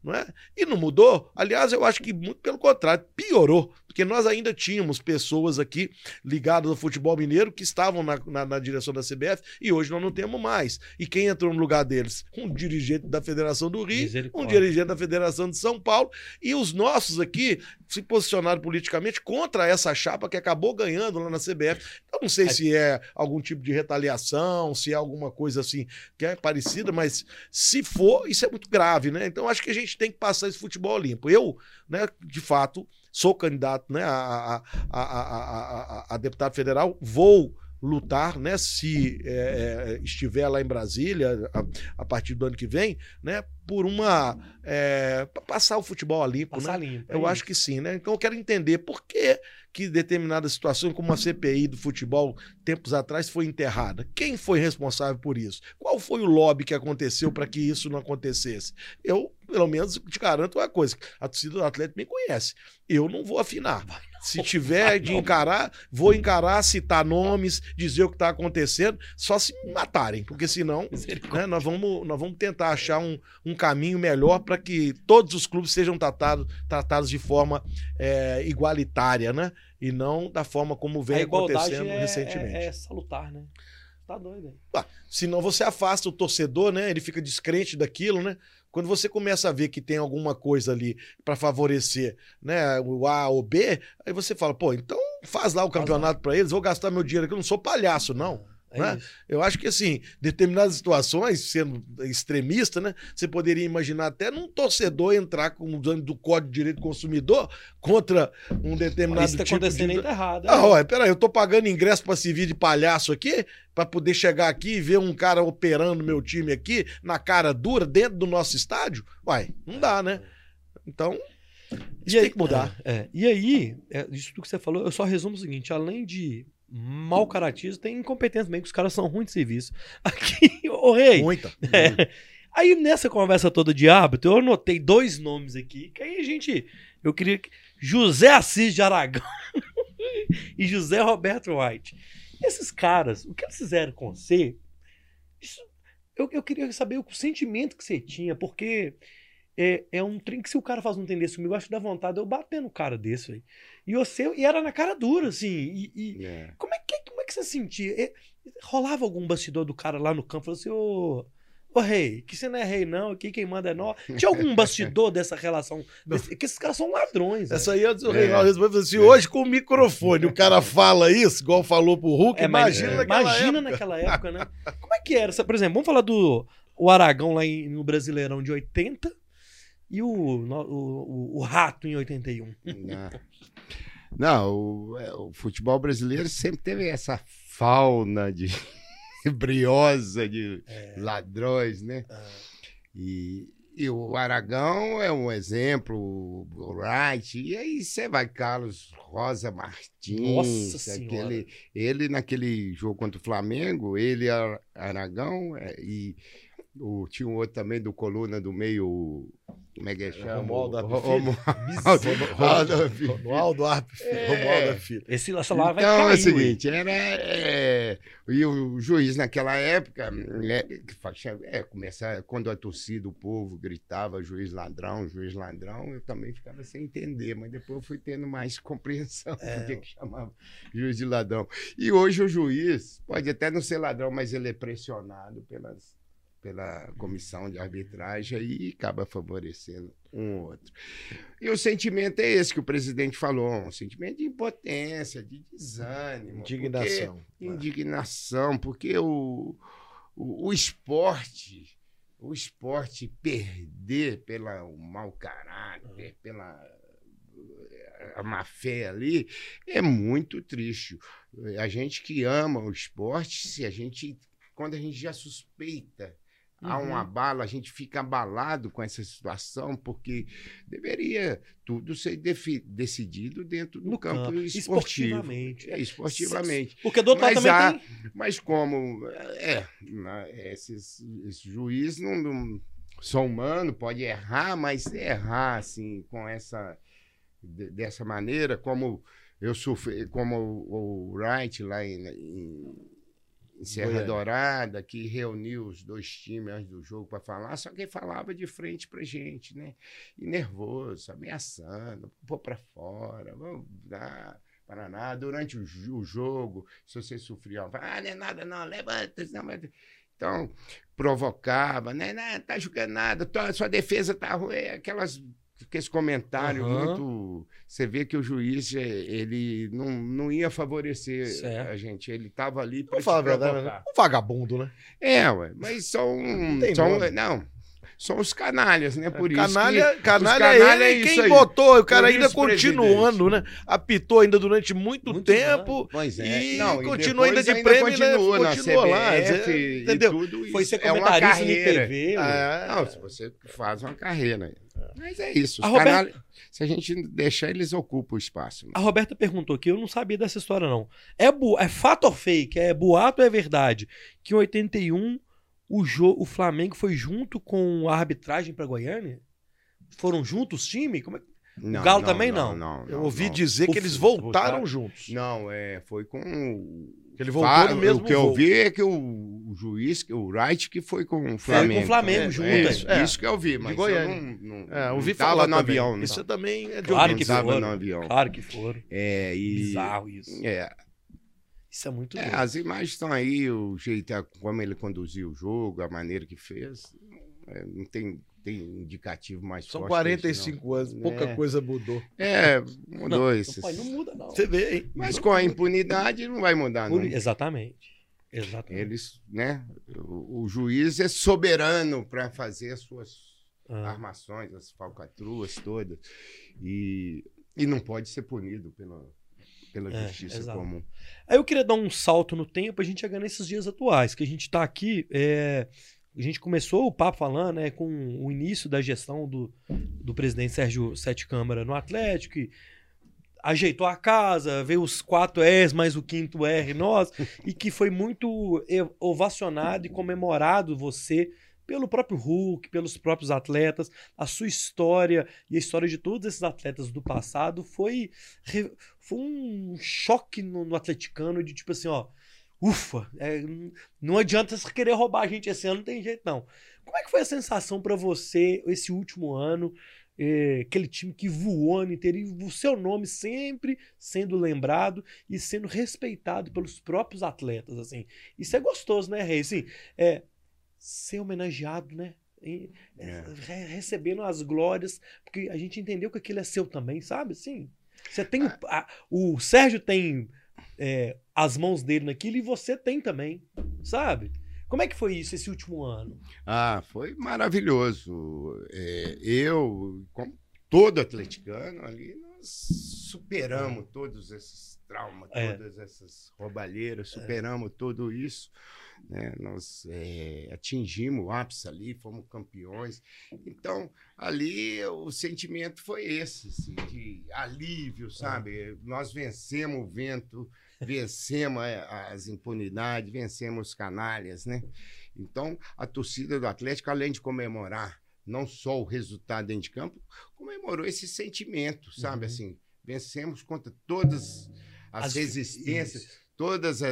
não é? E não mudou. Aliás, eu acho que muito pelo contrário, piorou, porque nós ainda tínhamos pessoas aqui ligadas ao futebol mineiro que estavam na, na, na direção da C B F e hoje nós não temos mais. E quem entrou no lugar deles? Um dirigente da Federação do Rio, um dirigente da Federação de São Paulo, e os nossos aqui se posicionaram politicamente contra essa chapa que acabou ganhando lá na C B F. Eu não sei se é algum tipo de retaliação, se é alguma coisa assim que é parecida, mas se for, isso é muito grave, né? Então acho que a gente tem que passar esse futebol limpo. Eu, né, de fato, sou candidato, né, a, a, a, a, a, a deputado federal, vou lutar, né, se é, estiver lá em Brasília a, a partir do ano que vem, né, por uma é, para passar o futebol a limpo, Passar né? limpo, é eu isso. acho que sim, né? Então eu quero entender por que que determinadas situações, como a C P I do futebol tempos atrás, foi enterrada. Quem foi responsável por isso? Qual foi o lobby que aconteceu para que isso não acontecesse? Eu, pelo menos, te garanto uma coisa: a torcida do Atlético me conhece. Eu não vou afinar. Se tiver de encarar, vou encarar, citar nomes, dizer o que está acontecendo, só se me matarem, porque senão, né, nós, vamos, nós vamos tentar achar um, um caminho melhor para que todos os clubes sejam tratados, tratados de forma é, igualitária, né? E não da forma como vem a igualdade acontecendo é, recentemente. É, é salutar, né? Tá doido, hein? Ah, senão você afasta o torcedor, né? Ele fica descrente daquilo, né? Quando você começa a ver que tem alguma coisa ali para favorecer, né, o A ou B, aí você fala, pô, então faz lá o campeonato para eles, vou gastar meu dinheiro aqui, eu não sou palhaço, não. É Né? isso. Eu acho que, assim, determinadas situações, sendo extremista, né, você poderia imaginar até num torcedor entrar com usando do Código de Direito do Consumidor contra um determinado Isso tá tipo acontecendo de... aí, tá errado. Ah, é. olha, peraí, eu tô pagando ingresso pra se vir de palhaço aqui, pra poder chegar aqui e ver um cara operando meu time aqui, na cara dura, dentro do nosso estádio? Uai, não dá, né? Então, isso tem que mudar. É, é. E aí, é, isso tudo que você falou, eu só resumo o seguinte: além de mau caratismo, tem incompetência também, que os caras são ruins de serviço. Aqui, ô rei. Muita. É. Aí nessa conversa toda de árbitro, eu anotei dois nomes aqui, que aí a gente, eu queria que José Assis de Aragão e José Roberto White. Esses caras, o que eles fizeram com você, isso, eu, eu queria saber o sentimento que você tinha, porque é, é um trem que se o cara faz um trem desse comigo, eu acho que dá vontade de eu bater no cara desse aí. E você, e era na cara dura, assim, e, e É. como, é que, como é que você sentia? E, rolava algum bastidor do cara lá no campo, falou assim, ô... Ô rei, que você não é rei não, aqui quem manda é nós. Tinha algum bastidor dessa relação? Desse, porque esses caras são ladrões. Essa velho. aí é o Reinaldo Responde assim, hoje com o microfone, o cara fala isso, igual falou pro Hulk, É, mas, imagina é, naquela imagina época. naquela época, né? Como é que era? Por exemplo, vamos falar do o Aragão lá em- no Brasileirão de oitenta e o, no- o, o, o Rato em oitenta e um. Não, Não, o, é, o futebol brasileiro sempre teve essa fauna de briosa de ladrões, né? E, e o Aragão é um exemplo, o Wright, e aí você vai, Carlos Rosa Martins, Nossa Senhora. aquele, ele naquele jogo contra o Flamengo, ele, Ar- Aragão, é, e o, tinha um outro também do Coluna do Meio, como é que chama? Romualdo Arpe Romualdo Romualdo Filho. Romualdo Arpe Filho. Romualdo Arpe Filho. Esse essa lá vai Então cair. é o seguinte, era, é, e o juiz naquela época, é, que fa- é, começar, quando a torcida, o povo gritava juiz ladrão, juiz ladrão, eu também ficava sem entender, mas depois eu fui tendo mais compreensão do que, que chamava juiz de ladrão. E hoje o juiz pode até não ser ladrão, mas ele é pressionado pelas, pela comissão de arbitragem e acaba favorecendo um ou outro. E o sentimento é esse que o presidente falou, um sentimento de impotência, de desânimo. Indignação. Porque, indignação, porque o, o, o esporte, o esporte perder pelo mau caráter, pela a má fé ali, é muito triste. A gente que ama o esporte, se a gente, quando a gente já suspeita há um Uhum. abalo, a gente fica abalado com essa situação, porque deveria tudo ser defi- decidido dentro do No campo, campo, esportivo. esportivamente. É, esportivamente. Porque do outro lado Mas, também há- tem... mas como é, na- esses, esse juiz não, não sou humano, pode errar, mas errar assim com essa de- dessa maneira, como eu sofri, como o, o Wright lá em, em, em Serra Goiânia. Dourada, que reuniu os dois times antes do jogo para falar, só que ele falava de frente pra gente, né? E nervoso, ameaçando, pôr para fora, vamos dar Paraná. Durante o, o jogo, se você sofria, ah, não é nada não, levanta, não, mas... Então, provocava, né? Não, tá jogando nada, tua, sua defesa tá ruim, aquelas... Aqueles comentários Uhum. muito... Você vê que o juiz, ele não, não ia favorecer Certo. a gente. Ele estava ali para Vamos falar a verdade, né? Um vagabundo, né? É, ué, mas são... Não tem são nome. não, são os canalhas, né? Por isso Canalha, que... canalha, os canalha é é ele isso quem aí. botou, o cara Por ainda isso, continuando, né? presidente. Apitou ainda durante muito, Muito tempo. Pois é. E Não, continua ainda depois de prêmio, continua né? na Continua lá, C B F é, e entendeu? tudo Foi isso. ser É uma comentarista no carreira. T V. ué. É, Não, se você faz uma carreira. Mas é isso. Os A Roberta- canalhas, se a gente deixar, eles ocupam o espaço. A Roberta perguntou aqui, eu não sabia dessa história, não. É, bu é fato ou fake? É boato ou é verdade? Que em oitenta e um o, jo o Flamengo foi junto com a arbitragem pra Goiânia? Foram juntos os times? Como é? Não, Galo também não. não, eu não, ouvi não. dizer que O- eles voltaram voltaram? juntos. Não, é, foi com... o- Que ele voltou Fa- no mesmo O que eu voo. vi é que o, o juiz, que o Wright, que foi com o Flamengo. com o Flamengo É, junto, é, é. isso, É. isso que eu vi, mas eu Goiânia. não, não, É, não ouvi tava falar no também. avião. Não. Isso também é de Claro não que tava foram. no avião. Claro que foram. É, e, Bizarro isso. é, Isso é muito é, doido. as imagens estão aí, o jeito, a- como ele conduziu o jogo, a maneira que fez. É, não tem, tem indicativo mais São forte. quarenta e que isso, não. cinco anos, pouca É. coisa mudou. É, mudou Não, esses. pai, não muda, não. Você vê, hein? Mas com a impunidade não vai mudar, não. Por- Exatamente. Exatamente. Eles, né? O, o juiz é soberano para fazer as suas Ah. armações, as falcatruas todas. E, e não pode ser punido pela, pela É, justiça exato. comum. Aí eu queria dar um salto no tempo, a gente chegar nesses dias atuais, que a gente tá aqui, é, a gente começou o papo falando, né, com o início da gestão do, do presidente Sérgio Sete Câmara no Atlético, que ajeitou a casa, veio os quatro R's mais o quinto R nós, e que foi muito e- ovacionado e comemorado você pelo próprio Hulk, pelos próprios atletas, a sua história e a história de todos esses atletas do passado foi, re- foi um choque no, no atleticano de tipo assim, ó, ufa, é, n- não adianta você querer roubar a gente esse ano, não tem jeito não. Como é que foi a sensação pra você esse último ano, é, aquele time que voou o ano inteiro e o seu nome sempre sendo lembrado e sendo respeitado pelos próprios atletas, assim. Isso é gostoso, né, Rei? Assim, é, ser homenageado, né? E, é, É. re- recebendo as glórias, porque a gente entendeu que aquilo é seu também, sabe? Sim. Você tem o, a- o Sérgio tem é, as mãos dele naquilo e você tem também, sabe? Como é que foi isso esse último ano? Ah, foi maravilhoso. É, eu, como todo atleticano ali, nós superamos todos esses traumas, É. todas essas roubalheiras, superamos tudo isso. Né? Nós é, atingimos o ápice ali, fomos campeões. Então, ali o sentimento foi esse, assim, de alívio, sabe? Nós vencemos o vento, vencemos a- as impunidades, vencemos os canalhas, né? Então, a torcida do Atlético, além de comemorar não só o resultado dentro de campo, comemorou esse sentimento, sabe? Uhum. Assim, vencemos contra todas as, As- resistências, isso. todos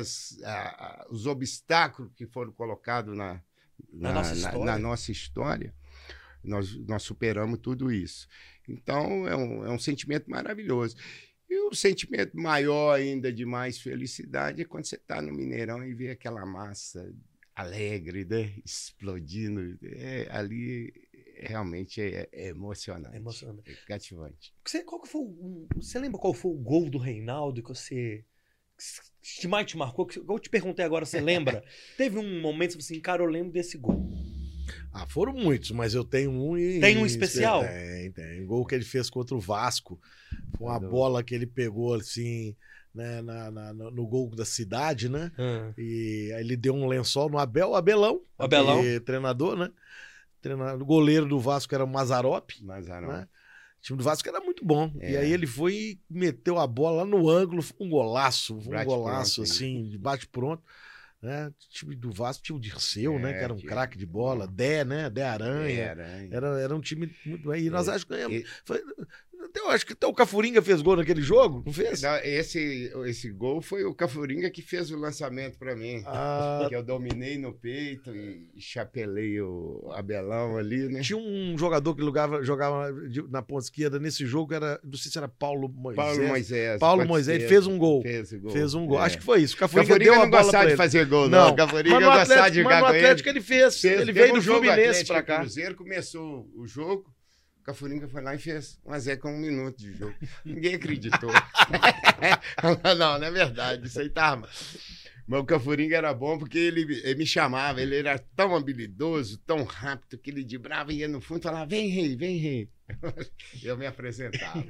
os obstáculos que foram colocados na, Na na, nossa na- história. na nossa história, nós, nós superamos tudo isso. Então, é um, é um sentimento maravilhoso. E o sentimento maior ainda de mais felicidade é quando você está no Mineirão e vê aquela massa alegre, né? Explodindo. É, ali realmente é, é emocionante. É emocionante. É cativante. Você, qual que foi o, você lembra qual foi o gol do Reinaldo que você que mais te marcou? Que eu te perguntei agora, você lembra? Teve um momento assim, cara, eu lembro desse gol. Ah, foram muitos, mas eu tenho um e. Tem um especial? Tem, tem. O gol que ele fez contra o Vasco. Foi uma Tá bola que ele pegou assim, né, na, na- no no gol da cidade, né? Ah, E aí ele deu um lençol no Abel, Abelão. O Abelão. aquele treinador, né? Treinador, o goleiro do Vasco era o Mazzaropi, Mas ah, não. né? O time do Vasco era muito bom. É. E aí ele foi e meteu a bola lá no ângulo, foi um golaço, foi um Bate golaço, pronto, hein? assim, de bate pronto. Né? O time do Vasco tinha o Dirceu, É, né? Que era um tinha. craque de bola, Dé, né? Dé Aranha. Era, hein? Era, era um time muito bem. E nós É, acho que ganhamos. e- Foi- Eu acho que até o Cafuringa fez gol naquele jogo, não fez? Não, Esse, esse gol foi o Cafuringa que fez o lançamento pra mim. Ah, Que eu dominei no peito e chapelei o Abelão ali, né? tinha um jogador que jogava, jogava de- na ponta esquerda nesse jogo, era, não sei se era Paulo Moisés. Paulo Moisés. Paulo pode Moisés ser. fez um gol. Fez o gol. Fez um gol. É. Acho que foi isso. O O Cafuringa, Cafuringa deu a não bola gostava pra de ele. fazer gol, não. Não, O Cafuringa mas no gostava de Atlético, mas jogar no com Atlético ele. ele fez. Fez. Ele Pegou veio do o jogo Fluminense Atlético pra e cá. Cruzeiro começou o jogo. O Cafuringa foi lá e fez um a zero com um minuto de jogo. Ninguém acreditou. Não, não é verdade. Isso aí tá armado. Mas o Cafuringa era bom porque ele, ele me chamava. Ele era tão habilidoso, tão rápido, que ele dibrava e ia no fundo e falava: vem, rei, vem, rei. Eu me apresentava.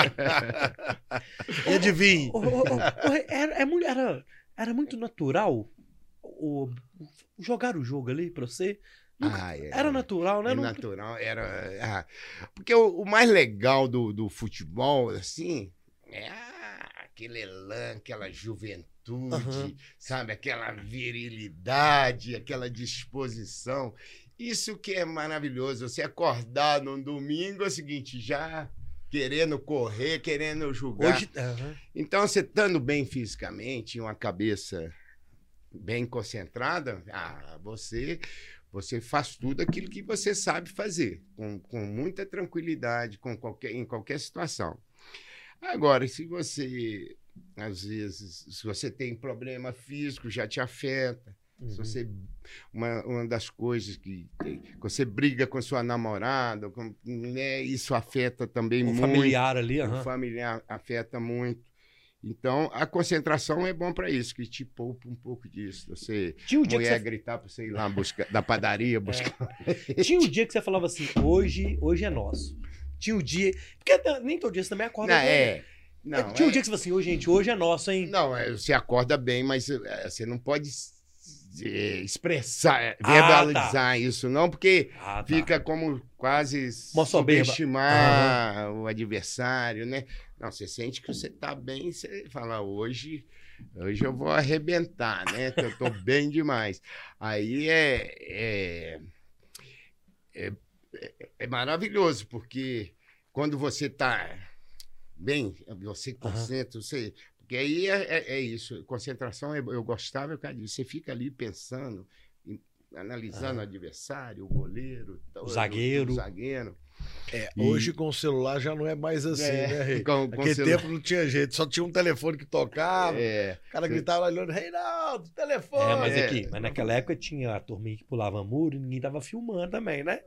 E adivinha. Ô, ô, ô, ô, era, é muito- era, era muito natural o, o- jogar o jogo ali pra você? Nunca- Ah, é. Era natural, né? É Não- natural, era. ah, porque o, o mais legal do, do futebol, assim, é ah, aquele elan, aquela juventude, Aham. sabe? Aquela virilidade, aquela disposição. Isso que é maravilhoso. Você acordar num domingo é o seguinte, já querendo correr, querendo jogar. Hoje. Aham. Então, você estando bem fisicamente, uma cabeça bem concentrada, ah, você, você faz tudo aquilo que você sabe fazer, com, com muita tranquilidade, com qualquer, em qualquer situação. Agora, se você, às vezes, se você tem problema físico, já te afeta. Uhum. Se você, uma, uma das coisas que, que você briga com sua namorada, com, né, isso afeta também O muito. familiar ali, O aham. familiar afeta muito. Então, a concentração é bom para isso, que te poupa um pouco disso. Você, Tinha um dia que mulher você gritar para você ir lá buscar, da padaria buscar. Tinha um dia que você falava assim, hoje, hoje é nosso. Tinha um dia. Porque até- nem todo dia você também acorda Não, bem. é. Não, Tinha um é- dia que você falava assim, hoje, gente, hoje é nosso, hein? não, é, você acorda bem, mas é, você não pode é, expressar, Ah, verbalizar isso, não, porque Ah, tá. fica como quase Uma soberba. subestimar o adversário, né? Não, você sente que você está bem, você fala, hoje, hoje eu vou arrebentar, né? Que eu estou bem demais. Aí é, é, é, é- é maravilhoso, porque quando você está bem, você concentra, você... Porque aí é, é- é isso, concentração, eu, eu gostava, eu, cara, você fica ali pensando, em- analisando o adversário, o goleiro, todo, zagueiro. o zagueiro. É, E- hoje com o celular já não é mais assim, É, né, Rei? com- com Naquele celu- tempo não tinha jeito, só tinha um telefone que tocava. É, O cara gritava lá olhando, Reinaldo, telefone! É, mas É. aqui, mas naquela época tinha a turminha que pulava muro e ninguém tava filmando também, né?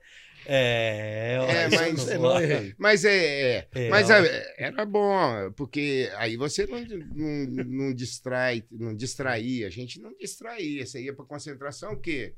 É, É, isso mas- não sei é, lá. mas- mas é, é, É, mas ó. é, era bom, porque aí você não, não, não distrai, não distraía, a gente não distraía, você ia para concentração o quê?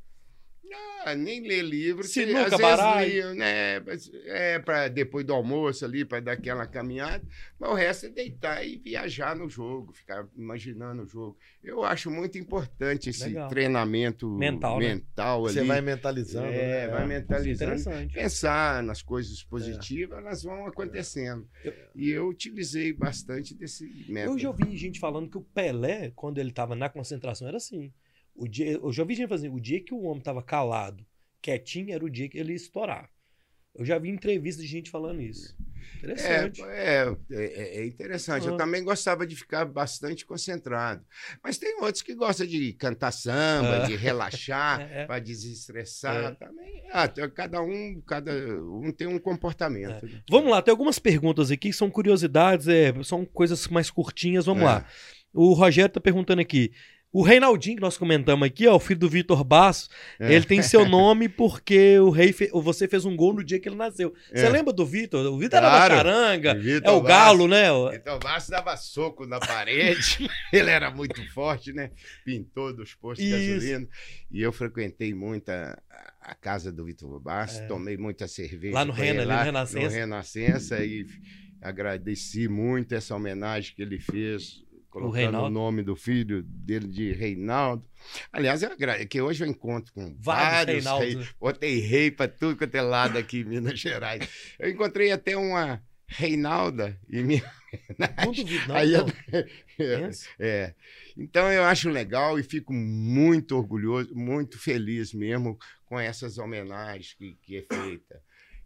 Ah, nem ler livro, você, Sinuca, às vezes baralho. lia, né? Mas é para depois do almoço ali, para dar aquela caminhada, mas o resto é deitar e viajar no jogo, ficar imaginando o jogo. Eu acho muito importante esse Legal. treinamento Mental, né? mental ali. Você vai mentalizando. é, né? vai Isso é mentalizando. interessante. Pensar nas coisas positivas, elas vão acontecendo. E eu utilizei bastante desse método. Eu já ouvi gente falando que o Pelé, quando ele tava na concentração, era assim. O dia, eu já vi gente falando assim, o dia que o homem tava calado, quietinho, era o dia que ele ia estourar. Eu já vi entrevista de gente falando isso. Interessante. É, é, é, é interessante. Eu Ah. também gostava de ficar bastante concentrado. Mas tem outros que gostam de cantar samba, Ah. de relaxar, É, é. para desestressar É. também. Ah, tem- cada um, cada um tem um comportamento. né? Vamos lá, tem algumas perguntas aqui que são curiosidades, é, são coisas mais curtinhas. Vamos É. lá. O Rogério tá perguntando aqui. O Reinaldinho, que nós comentamos aqui, ó, o filho do Vitor Basso, É. ele tem seu nome porque o rei fe- você fez um gol no dia que ele nasceu. Você É. lembra do Vitor? O Vitor Claro. era da charanga, Vitor é o Basso. galo, né? O- Então o Vasco dava soco na parede, ele era muito forte, né? Pintor dos postos de Isso. gasolina. E eu frequentei muito a, a casa do Vitor Bastos, É. tomei muita cerveja. Lá no com ele Rena, ali no lá, Renascença. No Renascença, e agradeci muito essa homenagem que ele fez, colocando o, Reinaldo. nome do filho dele de Reinaldo. Aliás, eu agra- que hoje eu encontro com Vários vários, Reinaldos, reis. né? Botei rei para tudo quanto é lado aqui em Minas Gerais. Eu encontrei até uma Reinalda e minha Não duvido, não. Aí não. eu- Pensa. é. Então eu acho legal e fico muito orgulhoso, muito feliz mesmo com essas homenagens que, que é feita.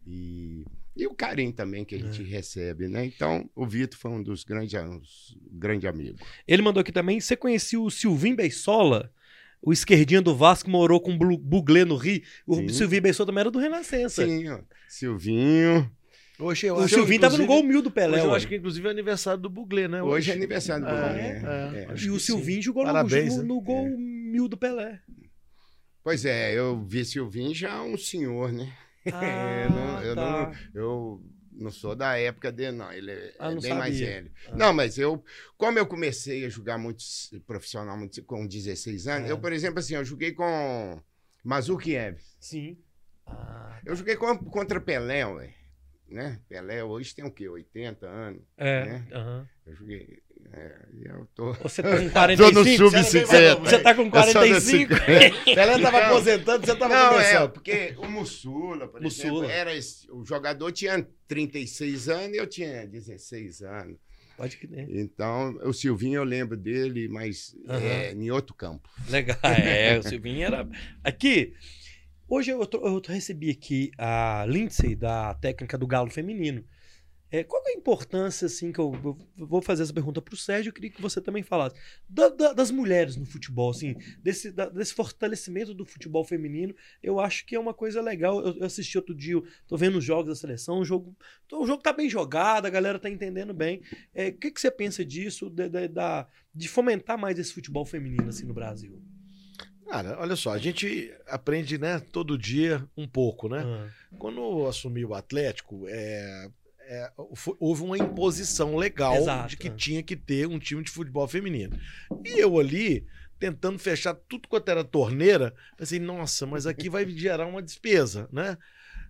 E, e o carinho também que a gente é. recebe, né? Então, o Vitor foi um dos grandes um grande amigos. Ele mandou aqui também, você conhecia o Silvinho Beissola? O esquerdinho do Vasco morou com o Buglé no Rio. O Sim. Silvinho Beissola também era do Renascença. Sim, ó. Silvinho... Hoje, eu o acho, Silvinho tava no gol mil do Pelé. Hoje eu ué. acho que inclusive é aniversário do Buglé, né? Hoje, hoje é aniversário do Buglé. É, é, é. E o Silvinho sim. jogou Parabéns, no, né? no gol é. mil do Pelé. Pois é, eu vi Silvinho já um senhor, né? Ah, eu, não, eu, tá. não, eu não sou da época dele, não. Ele é, ah, não é bem sabia. mais velho. Ah. Não, mas eu, como eu comecei a jogar muito profissional muito, com dezesseis anos, é. eu, por exemplo, assim, eu joguei com Mazukiev. Sim. Ah, eu joguei com, contra Pelé, ué. Né? Pelé hoje tem o quê? oitenta anos. É. Né? Uhum. Eu joguei. É, eu tô... Você tá com quarenta e cinco? Tô no sub cinquenta. Você tá com quarenta e cinco? Pelé tava então, aposentando, você tava não, começando. É, porque o Mussula, por Mussula. exemplo, era esse, o jogador tinha trinta e seis anos e eu tinha dezesseis anos. Pode crer. Então, o Silvinho eu lembro dele, mas uhum. é, em outro campo. Legal. É, o Silvinho era... Aqui... Hoje eu, tô, eu recebi aqui a Lindsay, da técnica do Galo Feminino. É, qual é a importância, assim, que eu, eu vou fazer essa pergunta para o Sérgio, eu queria que você também falasse, da, da, das mulheres no futebol, assim, desse, da, desse fortalecimento do futebol feminino. Eu acho que é uma coisa legal. Eu, eu assisti outro dia, tô vendo os jogos da seleção, o jogo, o jogo tá bem jogado, a galera tá entendendo bem. É, o que, que você pensa disso, de, de, de, de fomentar mais esse futebol feminino, assim, no Brasil? Cara, olha só, a gente aprende, né, todo dia um pouco, né? Uhum. Quando eu assumi o Atlético, é, é, foi, houve uma imposição legal Exato, de que é. tinha que ter um time de futebol feminino. E eu ali, tentando fechar tudo quanto era torneira, pensei, nossa, mas aqui vai gerar uma despesa, né?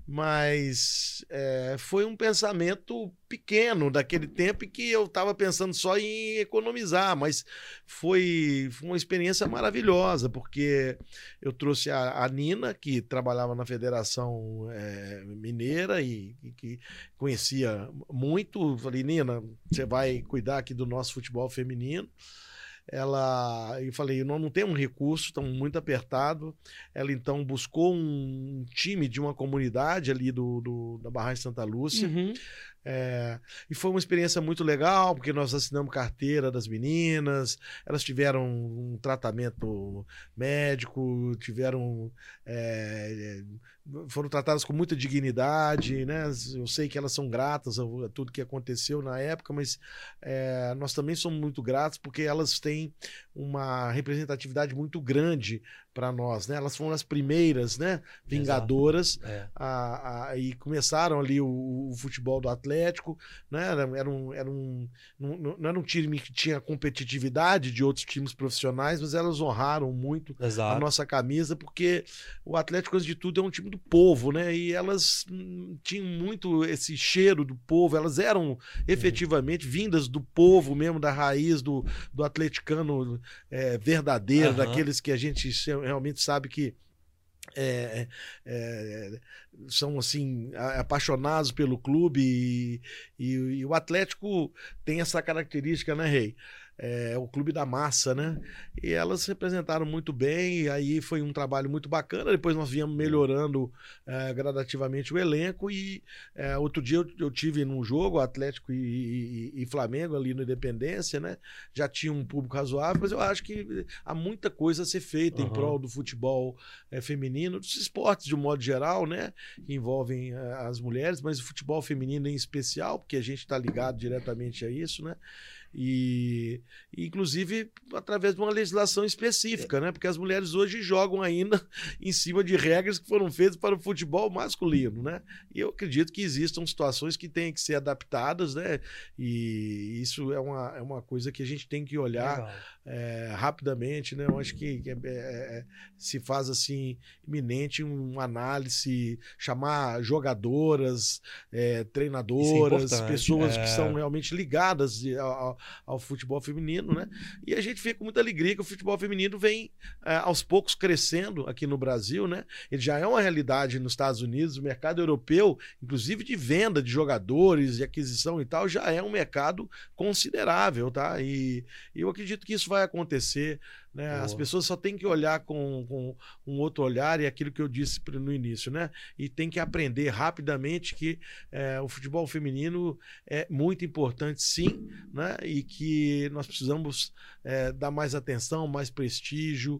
Mas é, foi um pensamento pequeno daquele tempo em que eu estava pensando só em economizar, mas foi, foi uma experiência maravilhosa, porque eu trouxe a, a Nina, que trabalhava na Federação é, Mineira e, e que conhecia muito. Falei, Nina, você vai cuidar aqui do nosso futebol feminino. Ela, eu falei, nós não temos recurso, estamos muito apertados. Ela então buscou um time de uma comunidade ali do, do da Barragem Santa Lúcia. Uhum. É, e foi uma experiência muito legal, porque nós assinamos carteira das meninas, elas tiveram um tratamento médico, tiveram é, foram tratadas com muita dignidade, né? Eu sei que elas são gratas a, a tudo que aconteceu na época, mas é, nós também somos muito gratos porque elas têm uma representatividade muito grande para nós, né? Elas foram as primeiras, né, vingadoras é. a, a, e começaram ali o, o futebol do Atlético, né? Era, era, um, era um, não, não era um time que tinha competitividade de outros times profissionais, mas elas honraram muito Exato. a nossa camisa, porque o Atlético, antes de tudo, é um time do povo, né? E elas hum, tinham muito esse cheiro do povo, elas eram efetivamente uhum. vindas do povo mesmo, da raiz do, do atleticano é, verdadeiro, uhum. daqueles que a gente realmente sabe que é, é, são assim apaixonados pelo clube e, e, e o Atlético tem essa característica, né, Rei? É o clube da massa, né? E elas representaram muito bem, e aí foi um trabalho muito bacana. Depois nós viemos melhorando é, gradativamente o elenco. E é, outro dia eu, eu tive num jogo Atlético e, e, e Flamengo ali no Independência, né? Já tinha um público razoável, mas eu acho que há muita coisa a ser feita uhum. em prol do futebol é, feminino, dos esportes de um modo geral, né? Que envolvem é, as mulheres, mas o futebol feminino em especial, porque a gente está ligado diretamente a isso, né? E, inclusive, através de uma legislação específica, né? Porque as mulheres hoje jogam ainda em cima de regras que foram feitas para o futebol masculino, né? E eu acredito que existam situações que têm que ser adaptadas, né? E isso é uma, é uma coisa que a gente tem que olhar é, rapidamente, né? Eu acho que é, é, se faz, assim, iminente uma análise, chamar jogadoras, é, treinadoras, é pessoas é... que são realmente ligadas ao, ao futebol feminino, né? E a gente fica com muita alegria que o futebol feminino vem é, aos poucos crescendo aqui no Brasil, né? Ele já é uma realidade nos Estados Unidos, o mercado europeu, inclusive de venda de jogadores, de aquisição e tal, já é um mercado considerável, tá? E, e eu acredito que isso vai acontecer, né? Boa. As pessoas só têm que olhar com, com um outro olhar, e aquilo que eu disse no início, né? E tem que aprender rapidamente que é, o futebol feminino é muito importante, sim, né? E que nós precisamos é, dar mais atenção, mais prestígio,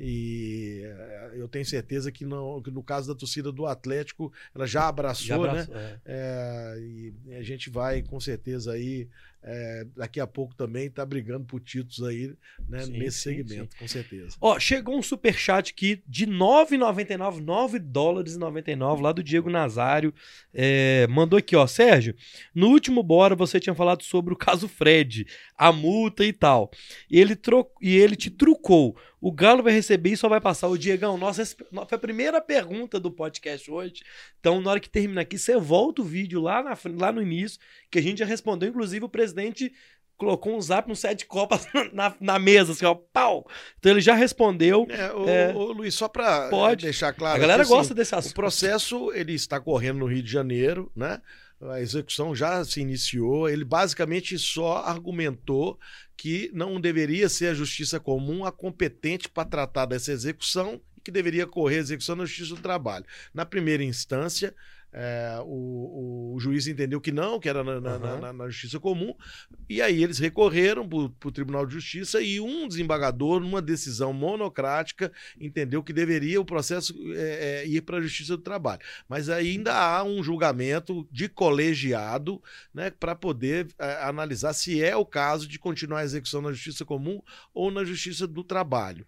e é, eu tenho certeza que no, que no caso da torcida do Atlético, ela já abraçou, Já abraçou, né? é. É, e a gente vai com certeza aí é, daqui a pouco também tá brigando por títulos aí, né, Sim, nesse sim, segmento, com certeza. Ó, chegou um superchat aqui de nove reais e noventa e nove centavos, nove dólares e noventa e nove, lá do Diego Nazário. É, mandou aqui, ó, Sérgio, no último Bora você tinha falado sobre o caso Fred, a multa e tal. E ele, tro... e ele te trucou. O Galo vai receber e só vai passar. O Diegão, nossa, foi a primeira pergunta do podcast hoje. Então, na hora que terminar aqui, você volta o vídeo lá, na, lá no início, que a gente já respondeu. Inclusive, o presidente colocou um zap, um sete copas na, na mesa, assim, ó, pau. Então, ele já respondeu. É, ô, É, ô, Luiz, só para pode. deixar claro, A galera que, assim, gosta desse o assunto. processo ele está correndo no Rio de Janeiro, né? A execução já se iniciou. Ele basicamente só argumentou que não deveria ser a Justiça Comum a competente para tratar dessa execução e que deveria correr a execução na Justiça do Trabalho. Na primeira instância, é, o, o juiz entendeu que não, que era na, na, Uhum. na, na Justiça Comum, e aí eles recorreram para o Tribunal de Justiça, e um desembargador, numa decisão monocrática, entendeu que deveria o processo é, é, ir para a Justiça do Trabalho. Mas ainda há um julgamento de colegiado, né, para poder é, analisar se é o caso de continuar a execução na Justiça Comum ou na Justiça do Trabalho.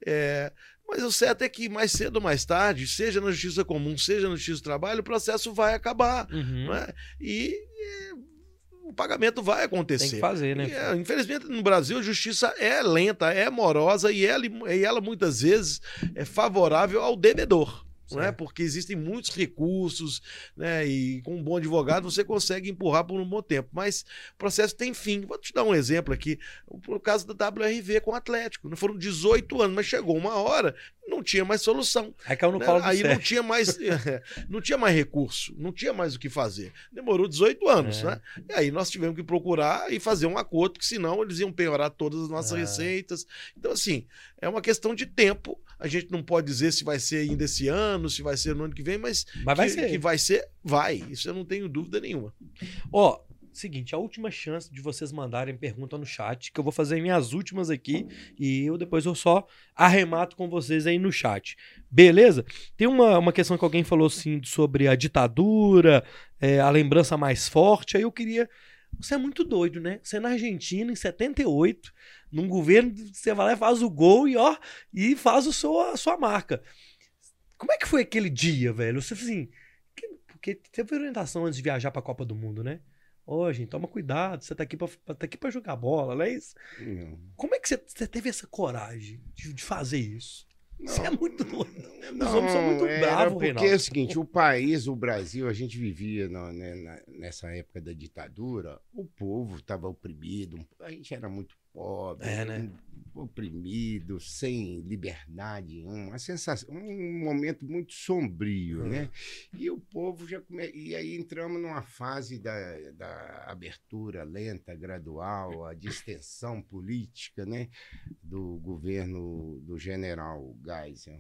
É, mas o certo é que mais cedo ou mais tarde, seja na Justiça Comum, seja na Justiça do Trabalho, o processo vai acabar. Uhum. Não é? E é, o pagamento vai acontecer. Tem que fazer, né? E, é, infelizmente, no Brasil, a justiça é lenta, é morosa, e ela, e ela muitas vezes é favorável ao devedor. Não é? Porque existem muitos recursos, né? E com um bom advogado você consegue empurrar por um bom tempo. Mas o processo tem fim. Vou te dar um exemplo aqui. O caso da W R V com o Atlético. Não foram dezoito anos, mas chegou uma hora, não tinha mais solução. Aí caiu no Né? colo do Aí não Sérgio. tinha mais não tinha mais recurso, não tinha mais o que fazer. Demorou dezoito anos, É. né? E aí nós tivemos que procurar e fazer um acordo, que senão eles iam penhorar todas as nossas É. receitas. Então, assim, é uma questão de tempo. A gente não pode dizer se vai ser ainda esse ano, se vai ser no ano que vem, mas, Mas vai que, ser. que vai ser, vai. Isso eu não tenho dúvida nenhuma. Ó, seguinte, a última chance de vocês mandarem pergunta no chat, que eu vou fazer minhas últimas aqui, e eu depois eu só arremato com vocês aí no chat. Beleza? Tem uma, uma questão que alguém falou assim sobre a ditadura, é, a lembrança mais forte, aí eu queria... Você é muito doido, né? Você é na Argentina, em setenta e oito, num governo, você vai lá e faz o gol e, ó, e faz o seu, a sua marca. Como é que foi aquele dia, velho? Você, assim, que, porque teve orientação antes de viajar pra Copa do Mundo, né? Ô, gente, toma cuidado, você tá aqui pra, tá aqui pra jogar bola, não é isso? Não. Como é que você, você teve essa coragem de, de fazer isso? Você é muito doido. Não, Os homens são muito era bravos, porque Reinaldo. é o seguinte, o país, o Brasil, a gente vivia na- né, na- nessa época da ditadura, o povo estava oprimido, a gente era muito pobre, É, né? oprimido, sem liberdade, uma sensação, um momento muito sombrio, Hum. né? E o povo já come... e aí entramos numa fase da, da abertura lenta, gradual, a distensão política, né? Do governo do general Geisel.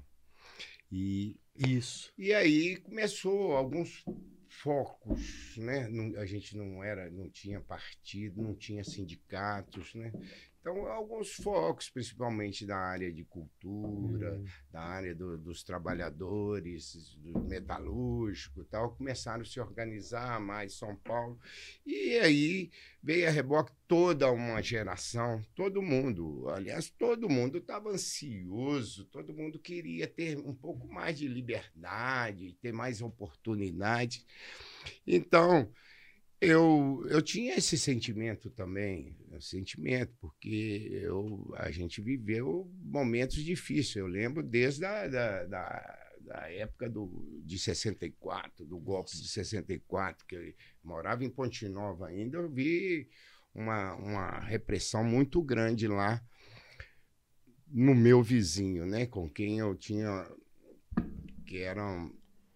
E, Isso. e aí começou alguns focos, né? Não- a gente não era, não tinha partido, não tinha sindicatos, né? Então, alguns focos, principalmente da área de cultura, Hum. da área do- dos trabalhadores, do metalúrgico e tal, começaram a se organizar mais em São Paulo. E aí veio a reboque toda uma geração, todo mundo, aliás, todo mundo estava ansioso, todo mundo queria ter um pouco mais de liberdade, ter mais oportunidade. Então, eu, eu tinha esse sentimento também, um sentimento, porque eu, a gente viveu momentos difíceis. Eu lembro desde a da, da, da época do, de sessenta e quatro, do golpe de sessenta e quatro, que eu morava em Ponte Nova ainda, eu vi uma, uma repressão muito grande lá no meu vizinho, né, com quem eu tinha, que era um,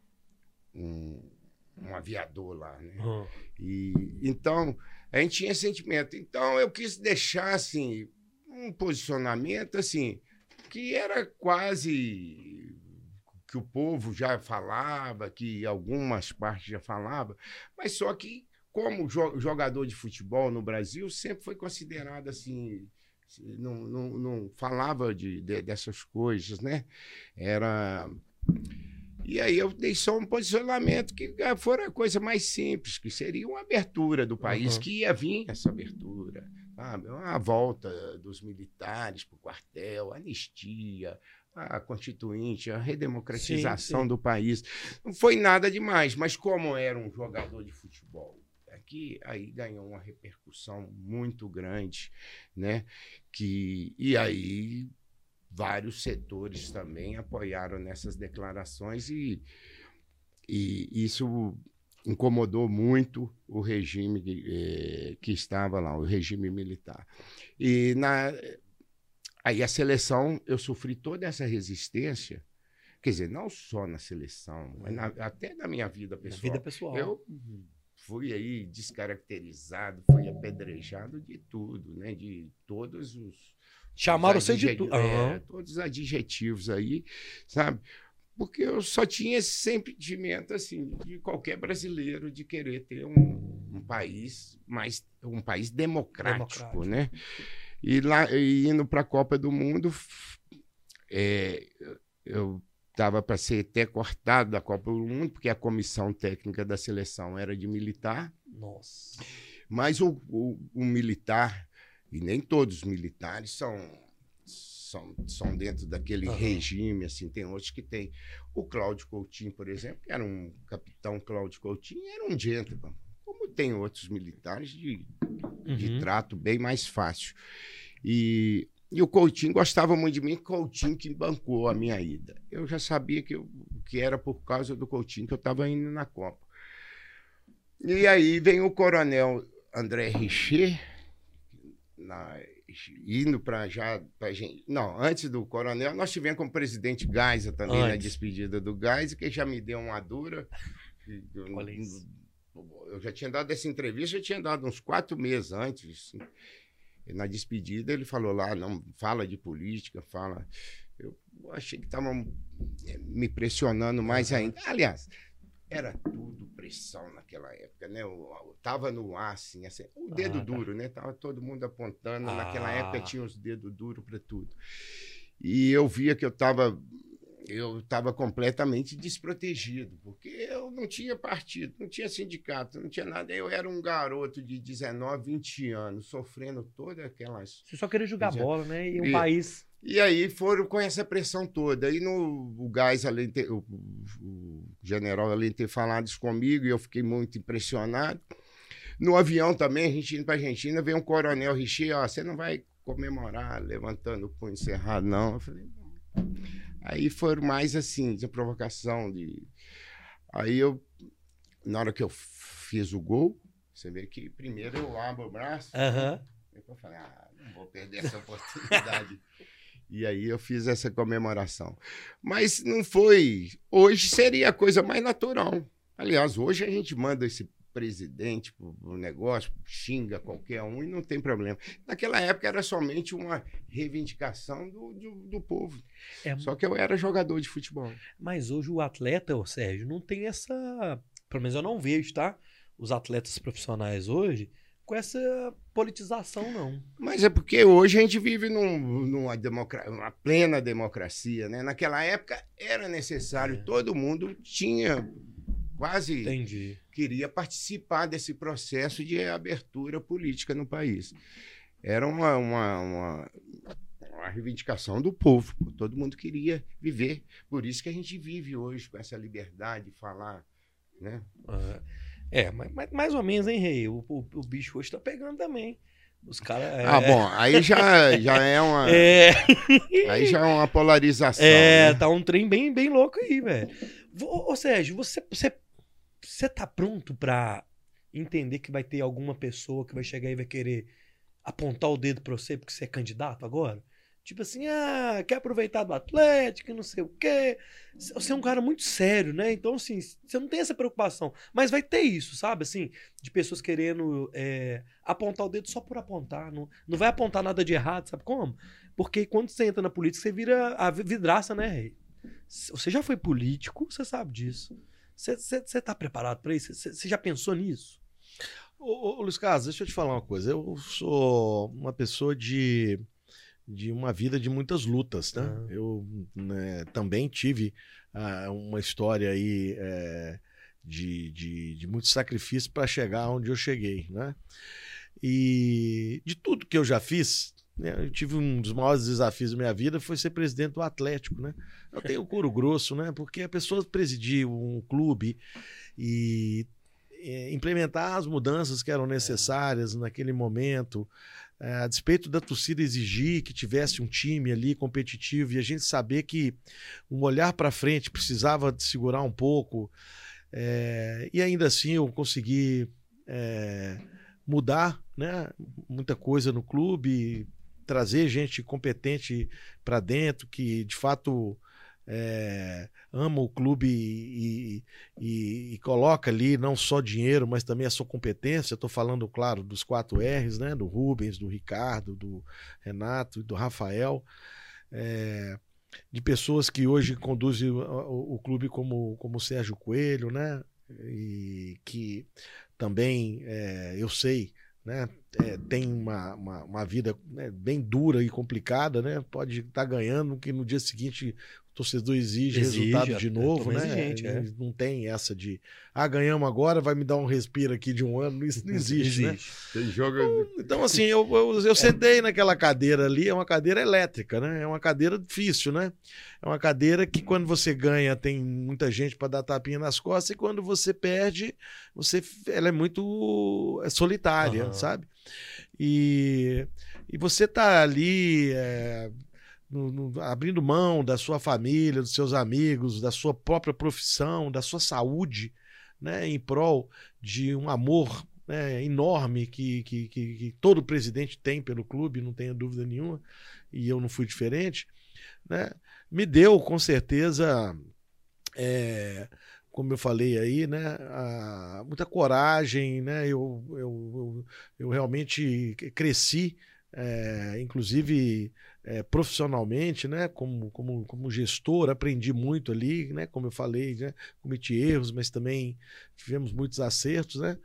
um, um aviador lá, né? Hum. E, então, a gente tinha sentimento. Então, eu quis deixar, assim, um posicionamento, assim, que era quase que o povo já falava, que algumas partes já falavam, mas só que, como jo- jogador de futebol no Brasil, sempre foi considerado assim, não, não, não falava de, de, dessas coisas, né? Era... E aí eu dei só um posicionamento que fora a coisa mais simples, que seria uma abertura do país, Uhum. que ia vir essa abertura, sabe? Uma volta dos militares para o quartel, anistia, a constituinte, a redemocratização Sim, sim. do país. Não foi nada demais, mas como era um jogador de futebol, aqui aí ganhou uma repercussão muito grande, né? Que, e aí vários setores também apoiaram nessas declarações e, e isso incomodou muito o regime eh, que estava lá, o regime militar. E na, aí a seleção, eu sofri toda essa resistência, quer dizer, não só na seleção, mas na, até na minha vida pessoal. Vida pessoal. Eu fui aí descaracterizado, fui apedrejado de tudo, né? De todos os Chamaram os você de adjeti- tudo. é, todos os adjetivos aí, sabe? Porque eu só tinha esse sentimento, assim, de qualquer brasileiro de querer ter um, um país mais, um país democrático, Democrático. né? E lá, e indo para a Copa do Mundo, f- é, eu estava para ser até cortado da Copa do Mundo, porque a comissão técnica da seleção era de militar, Nossa. mas o, o, o militar, e nem todos os militares são, são, são dentro daquele Aham. regime, assim, tem outros que tem. O Cláudio Coutinho, por exemplo, que era um capitão Cláudio Coutinho, era um gentleman, como tem outros militares de, de Uhum. trato bem mais fácil. E, e o Coutinho gostava muito de mim, Coutinho que bancou a minha ida. Eu já sabia que, eu, que era por causa do Coutinho que eu estava indo na Copa. E aí vem o coronel André Richer, na, indo para já pra gente. Não, antes do coronel, nós tivemos como presidente Geisel também na Antes. despedida do Geisel, que já me deu uma dura. que Eu, Olha isso. eu já tinha dado essa entrevista, eu tinha dado uns quatro meses antes. Assim. E na despedida ele falou lá, não fala de política, fala. Eu achei que estava me pressionando mais Uhum. ainda. Aliás, era tudo pressão naquela época, né? Eu, eu tava no ar, assim, assim o dedo Ah, tá. duro, né? Tava todo mundo apontando. Ah. Naquela época tinha os dedos duros para tudo. E eu via que eu tava, eu tava completamente desprotegido, porque eu não tinha partido, não tinha sindicato, não tinha nada. Eu era um garoto de dezenove, vinte anos, sofrendo todas aquelas... Você só queria jogar Já- bola, né? E um E- país. E aí foram com essa pressão toda. Aí no, o Gás, além de ter, o, o general, além de ter falado isso comigo, e eu fiquei muito impressionado. No avião também, a gente indo para a Argentina, veio um coronel Richer, ó, você não vai comemorar levantando o punho cerrado, não. Eu falei, não. Aí foram mais assim, de provocação. De... Aí eu, na hora que eu fiz o gol, você vê que primeiro eu abro o braço, Aham. aí eu falei, ah, não vou perder essa oportunidade. E aí eu fiz essa comemoração. Mas não foi... Hoje seria a coisa mais natural. Aliás, hoje a gente manda esse presidente pro negócio, xinga qualquer um e não tem problema. Naquela época era somente uma reivindicação do, do, do povo. É, Só que eu era jogador de futebol. Mas hoje o atleta, ô Sérgio, não tem essa. Pelo menos eu não vejo, tá? Os atletas profissionais hoje com essa politização, não. Mas é porque hoje a gente vive num, numa democra... uma plena democracia, né? Naquela época era necessário, É. todo mundo tinha quase... Entendi. queria participar desse processo de abertura política no país. Era uma, uma, uma, uma reivindicação do povo. Todo mundo queria viver. Por isso que a gente vive hoje com essa liberdade de falar, né? Ah, é, mas, mas mais ou menos, hein, Rei? O, o, o bicho hoje tá pegando também. Os caras. É, Ah, bom, aí já, já é uma... É, Aí já é uma polarização, é né? tá um trem bem, bem louco aí, velho. Ô, ô, Sérgio, você, você, você tá pronto pra entender que vai ter alguma pessoa que vai chegar e vai querer apontar o dedo pra você porque você é candidato agora? Tipo assim, ah, quer aproveitar do Atlético, não sei o quê. Você é um cara muito sério, né? Então, assim, você não tem essa preocupação. Mas vai ter isso, sabe? Assim, de pessoas querendo é, apontar o dedo só por apontar. Não, não vai apontar nada de errado, sabe como? Porque quando você entra na política, você vira a vidraça, né, Rei? Você já foi político, você sabe disso. Você, você, você tá preparado para isso? Você, você já pensou nisso? Ô, ô, Luiz Carlos, deixa eu te falar uma coisa. Eu sou uma pessoa de, de uma vida de muitas lutas, né? Ah. Eu né, também tive ah, uma história aí é, de, de, de muito sacrifício para chegar onde eu cheguei, né? E de tudo que eu já fiz, né, eu tive um dos maiores desafios da minha vida foi ser presidente do Atlético, né? Eu tenho couro grosso, né? Porque a pessoa presidir um clube e implementar as mudanças que eram necessárias naquele momento, é, a despeito da torcida exigir que tivesse um time ali competitivo e a gente saber que um olhar para frente precisava de segurar um pouco, é, e ainda assim eu consegui é, mudar, né, muita coisa no clube, trazer gente competente para dentro que de fato É, ama o clube e, e, e coloca ali não só dinheiro, mas também a sua competência. Estou falando, claro, dos quatro R's, né? Do Rubens, do Ricardo, do Renato e do Rafael, é, de pessoas que hoje conduzem o, o, o clube como, como o Sérgio Coelho, né? E que também é, eu sei, né, é, tem uma, uma, uma vida, né, bem dura e complicada, né? Pode estar ganhando que no dia seguinte o torcedor exige, Exige resultado de é, novo, é né? exigente, é. Não tem essa de ah, ganhamos agora, vai me dar um respiro aqui de um ano. Isso não existe, né? Tem jogo. Então, assim, eu, eu, eu sentei naquela cadeira ali, é uma cadeira elétrica, né? É uma cadeira difícil, né? É uma cadeira que quando você ganha tem muita gente para dar tapinha nas costas e quando você perde, você, ela é muito é solitária, Uhum. sabe? E, e você tá ali é, no, no, abrindo mão da sua família, dos seus amigos, da sua própria profissão, da sua saúde, né? Em prol de um amor, né, enorme que, que, que, que todo presidente tem pelo clube, não tenha dúvida nenhuma, e eu não fui diferente, né? Me deu, com certeza, é, como eu falei aí, né, a, muita coragem, né? Eu, eu, eu, eu realmente cresci, é, inclusive é, profissionalmente, né, como, como, como gestor, aprendi muito ali, né, como eu falei, né, cometi erros, mas também tivemos muitos acertos, né?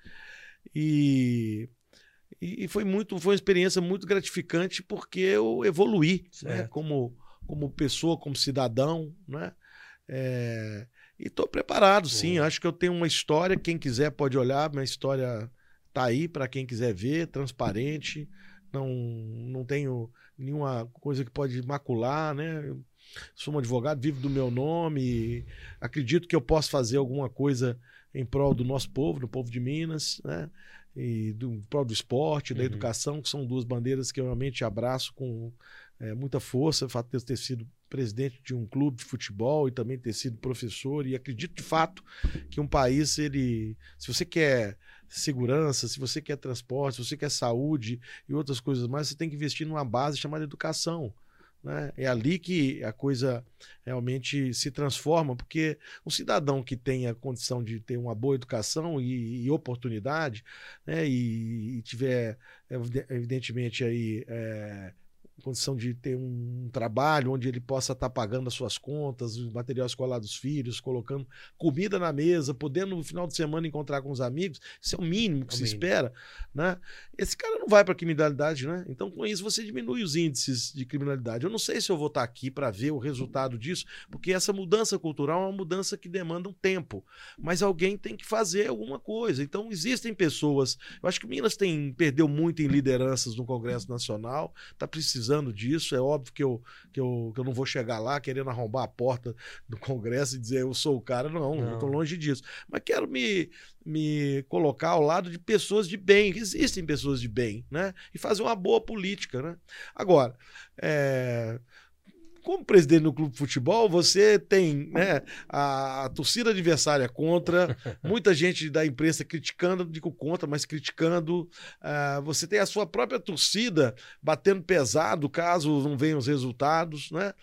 E, e foi muito, foi uma experiência muito gratificante porque eu evoluí, né, como, como pessoa, como cidadão, né? É, e estou preparado, sim. Boa. Acho que eu tenho uma história. Quem quiser pode olhar, minha história está aí para quem quiser ver, transparente. Não, não tenho nenhuma coisa que pode macular, né? Eu sou um advogado, vivo do meu nome. Acredito que eu posso fazer alguma coisa em prol do nosso povo, do povo de Minas, né? E do em prol do esporte, da Uhum. educação, que são duas bandeiras que eu realmente abraço com é, muita força. O fato de eu ter sido presidente de um clube de futebol e também ter sido professor, e acredito de fato que um país, ele, se você quer segurança, se você quer transporte, se você quer saúde e outras coisas mais, você tem que investir numa base chamada educação, né? É ali que a coisa realmente se transforma, porque um cidadão que tem a condição de ter uma boa educação e, e oportunidade, né, e, e tiver evidentemente aí é, condição de ter um trabalho onde ele possa estar pagando as suas contas, o material escolar dos filhos, colocando comida na mesa, podendo no final de semana encontrar com os amigos, isso é o mínimo que É o se mínimo. espera, né? Esse cara não vai para a criminalidade, né? Então, com isso, você diminui os índices de criminalidade. Eu não sei se eu vou estar aqui para ver o resultado disso, porque essa mudança cultural é uma mudança que demanda um tempo, mas alguém tem que fazer alguma coisa. Então, existem pessoas, eu acho que Minas tem, perdeu muito em lideranças no Congresso Nacional, está precisando disso. É óbvio que eu, que, eu, que eu não vou chegar lá querendo arrombar a porta do Congresso e dizer eu sou o cara, não, Não. eu estou longe disso. Mas quero me, me colocar ao lado de pessoas de bem, existem pessoas de bem, né? E fazer uma boa política, né? Agora, é, como presidente do clube de futebol, você tem, né, a, a torcida adversária contra, muita gente da imprensa criticando, digo contra, mas criticando. Uh, você tem a sua própria torcida batendo pesado caso não venham os resultados, né?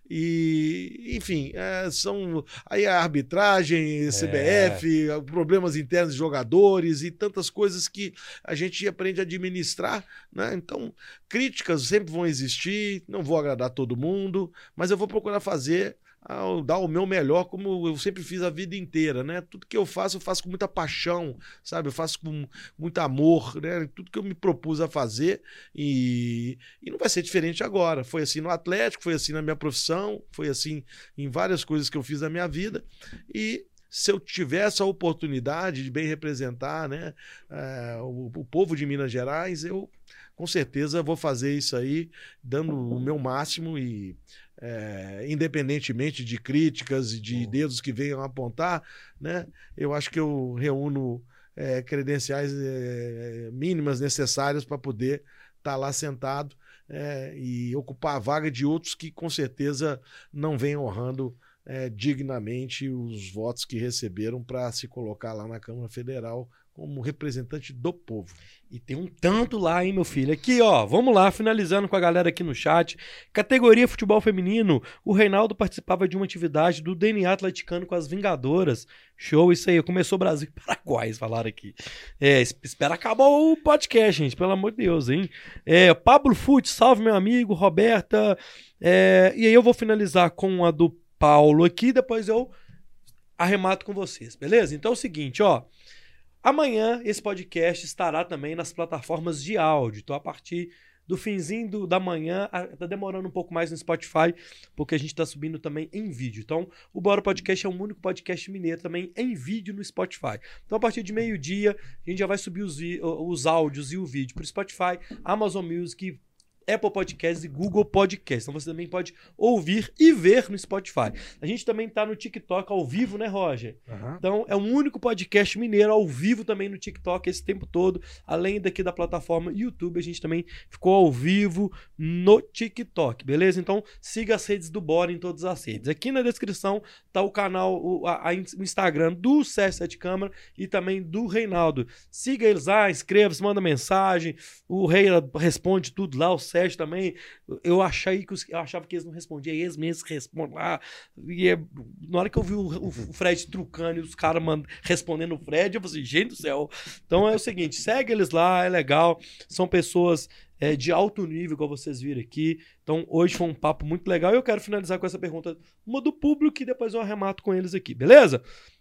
E, enfim, é, são aí a arbitragem, C B F, é. problemas internos de jogadores e tantas coisas que a gente aprende a administrar, né? Então, críticas sempre vão existir, não vou agradar todo mundo, mas eu vou procurar fazer, ao dar o meu melhor, como eu sempre fiz a vida inteira, né? Tudo que eu faço, eu faço com muita paixão, sabe? Eu faço com muito amor, né? Tudo que eu me propus a fazer e, e não vai ser diferente agora. Foi assim no Atlético, foi assim na minha profissão, foi assim em várias coisas que eu fiz na minha vida e se eu tivesse a oportunidade de bem representar, né, é, o, o povo de Minas Gerais, eu com certeza vou fazer isso aí, dando o meu máximo e é, independentemente de críticas e de dedos que venham apontar, né, eu acho que eu reúno é, credenciais é, mínimas necessárias para poder estar tá lá sentado é, e ocupar a vaga de outros que com certeza não vêm honrando É, dignamente os votos que receberam para se colocar lá na Câmara Federal como representante do povo. E tem um tanto lá, hein, meu filho? Aqui, ó, vamos lá, finalizando com a galera aqui no chat. Categoria futebol feminino, o Reinaldo participava de uma atividade do D N A atleticano com as Vingadoras. Show, isso aí. Começou Brasil e Paraguai, falaram aqui. É, espera acabar o podcast, gente, pelo amor de Deus, hein? É, Pablo Fute, salve, meu amigo, Roberta. É, e aí eu vou finalizar com a do Paulo aqui, depois eu arremato com vocês, beleza? Então é o seguinte, ó, amanhã esse podcast estará também nas plataformas de áudio, então a partir do finzinho do, da manhã, tá demorando um pouco mais no Spotify, porque a gente tá subindo também em vídeo, então o Bora Podcast é o único podcast mineiro também em vídeo no Spotify, então a partir de meio-dia a gente já vai subir os, os áudios e o vídeo pro Spotify, Amazon Music, Apple Podcasts e Google Podcasts. Então você também pode ouvir e ver no Spotify. A gente também tá no TikTok ao vivo, né, Roger? Uhum. Então é o único podcast mineiro ao vivo também no TikTok esse tempo todo. Além daqui da plataforma YouTube, a gente também ficou ao vivo no TikTok, beleza? Então siga as redes do Bora em todas as redes. Aqui na descrição tá o canal, o, a, a, o Instagram do Sérgio Sete Câmara e também do Reinaldo. Siga eles lá, inscreva-se, manda mensagem. O Rei responde tudo lá, o Sérgio também, eu achei que os, eu achava que eles não respondiam, e eles mesmos respondem lá, e é, na hora que eu vi o, o Fred trucando e os caras respondendo o Fred, eu falei assim, gente do céu. Então é o seguinte, segue eles lá, é legal, são pessoas é, de alto nível, igual vocês viram aqui, então hoje foi um papo muito legal, e eu quero finalizar com essa pergunta, uma do público, e depois eu arremato com eles aqui, beleza?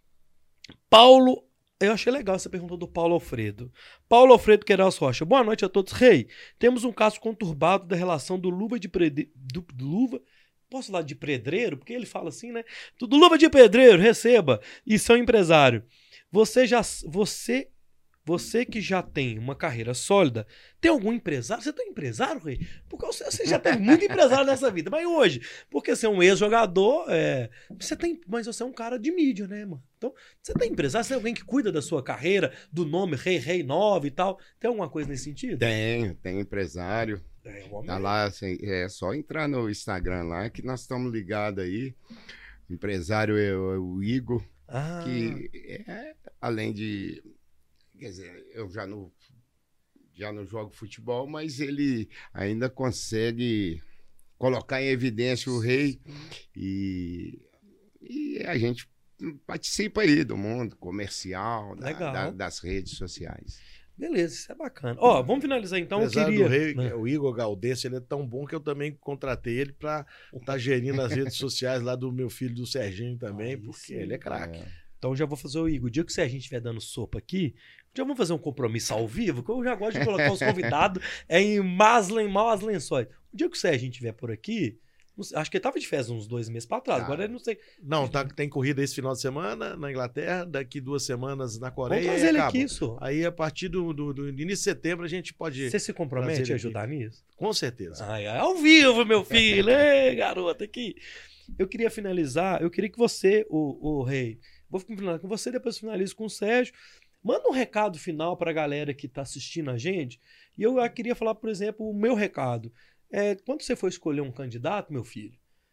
Paulo Eu achei legal essa pergunta do Paulo Alfredo. Paulo Alfredo Queiroz Rocha. Boa noite a todos. Rei, temos um caso conturbado da relação do Luva de Pedreiro... Do, do Luva... Posso falar de pedreiro? Porque ele fala assim, né? Do Luva de Pedreiro, receba. E seu empresário. Você já... Você... Você que já tem uma carreira sólida, tem algum empresário? Você tem um empresário, Rei? Porque você, você já teve muito empresário nessa vida, mas hoje, porque você é um ex-jogador, é, você tem, mas você é um cara de mídia, né, mano? Então, você tem empresário, você tem alguém que cuida da sua carreira, do nome Rei, Rei nove e tal? Tem alguma coisa nesse sentido? Tenho, tem empresário. É, tá lá, assim, é só entrar no Instagram lá que nós estamos ligados aí. O empresário é o Igor, ah. que é, além de... Quer dizer, eu já não, já não jogo futebol, mas ele ainda consegue colocar em evidência o Rei e, e a gente participa aí do mundo comercial, da, da, das redes sociais. Beleza, isso é bacana. Ó, vamos finalizar então. O queria... do Rei, né? O Igor Galdêncio, ele é tão bom que eu também contratei ele para estar tá gerindo as redes sociais lá do meu filho, do Serginho também, ah, porque sim, ele é craque. É. Então já vou fazer o Igor. O dia que a gente estiver dando sopa aqui, já vamos fazer um compromisso ao vivo, que eu já gosto de colocar os convidados em Maslen, Maus Lençóis. O dia que o Serginho estiver por aqui, sei, acho que ele estava de férias uns dois meses para trás, ah, agora ele não sei. Não, tá, tem corrida esse final de semana na Inglaterra, daqui duas semanas na Coreia. Vamos trazer ele aqui, isso. Aí a partir do, do, do início de setembro a gente pode... Você se compromete a ajudar aqui nisso? Com certeza. Ai, ai, ao vivo, meu filho. Ei, garota, aqui. Eu queria finalizar, eu queria que você, o, o Rei... Vou finalizar com você, depois finalizo com o Sérgio. Manda um recado final para a galera que está assistindo a gente. E eu queria falar, por exemplo, o meu recado. É, quando você for escolher um candidato, meu filho,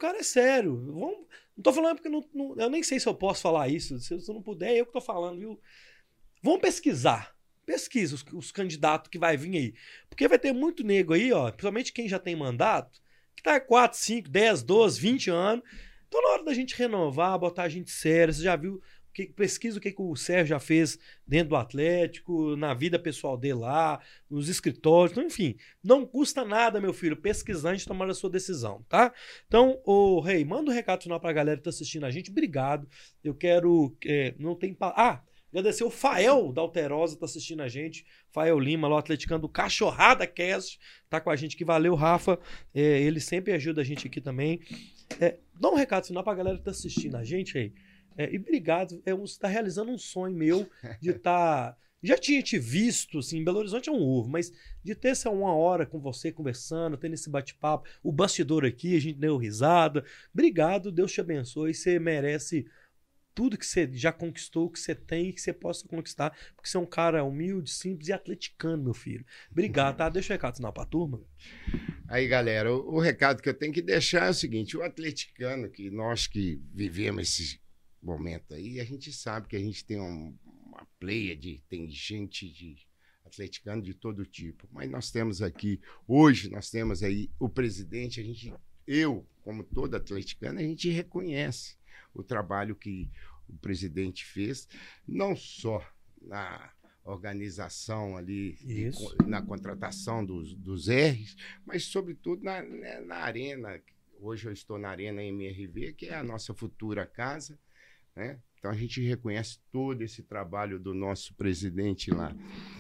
cara é sério. Vamos, não tô falando porque não, não, eu nem sei se eu posso falar isso. Se eu, se eu não puder, é eu que tô falando, viu? Vamos pesquisar. Pesquisa os, os candidatos que vai vir aí. Porque vai ter muito nego aí, ó, principalmente quem já tem mandato, que tá há quatro, cinco, dez, doze, vinte anos. Então, na hora da gente renovar, botar gente séria, você já viu, que, pesquisa o que, que o Sérgio já fez dentro do Atlético, na vida pessoal dele lá, nos escritórios, então, enfim, não custa nada, meu filho, pesquisar antes de tomar a sua decisão, tá? Então, ô Rei, manda um recado final pra galera que tá assistindo a gente, obrigado. Eu quero, é, não tem... Pa... Ah, agradecer o Fael da Alterosa, tá assistindo a gente. Fael Lima, lá, atleticano do Cachorrada Cast, tá com a gente aqui. Valeu, Rafa. É, ele sempre ajuda a gente aqui também. É, dá um recado final pra galera que tá assistindo a gente aí. É, e obrigado. É, você tá realizando um sonho meu de estar. Tá... Já tinha te visto, assim, em Belo Horizonte é um ovo, mas de ter essa uma hora com você conversando, tendo esse bate-papo, o bastidor aqui, a gente deu risada. Obrigado, Deus te abençoe. Você merece tudo que você já conquistou, que você tem e que você possa conquistar, porque você é um cara humilde, simples e atleticano, meu filho. Obrigado, tá? Deixa o recado final pra turma. Aí, galera, o, o recado que eu tenho que deixar é o seguinte, o atleticano, que nós que vivemos esse momento aí, a gente sabe que a gente tem um, uma pleiade, tem gente de atleticano de todo tipo, mas nós temos aqui, hoje, nós temos aí o presidente, a gente, eu, como todo atleticano, a gente reconhece o trabalho que o presidente fez, não só na organização ali, de, na contratação dos, dos R's, mas sobretudo na, na arena. Hoje eu estou na Arena M R V, que é a nossa futura casa, né? Então a gente reconhece todo esse trabalho do nosso presidente lá.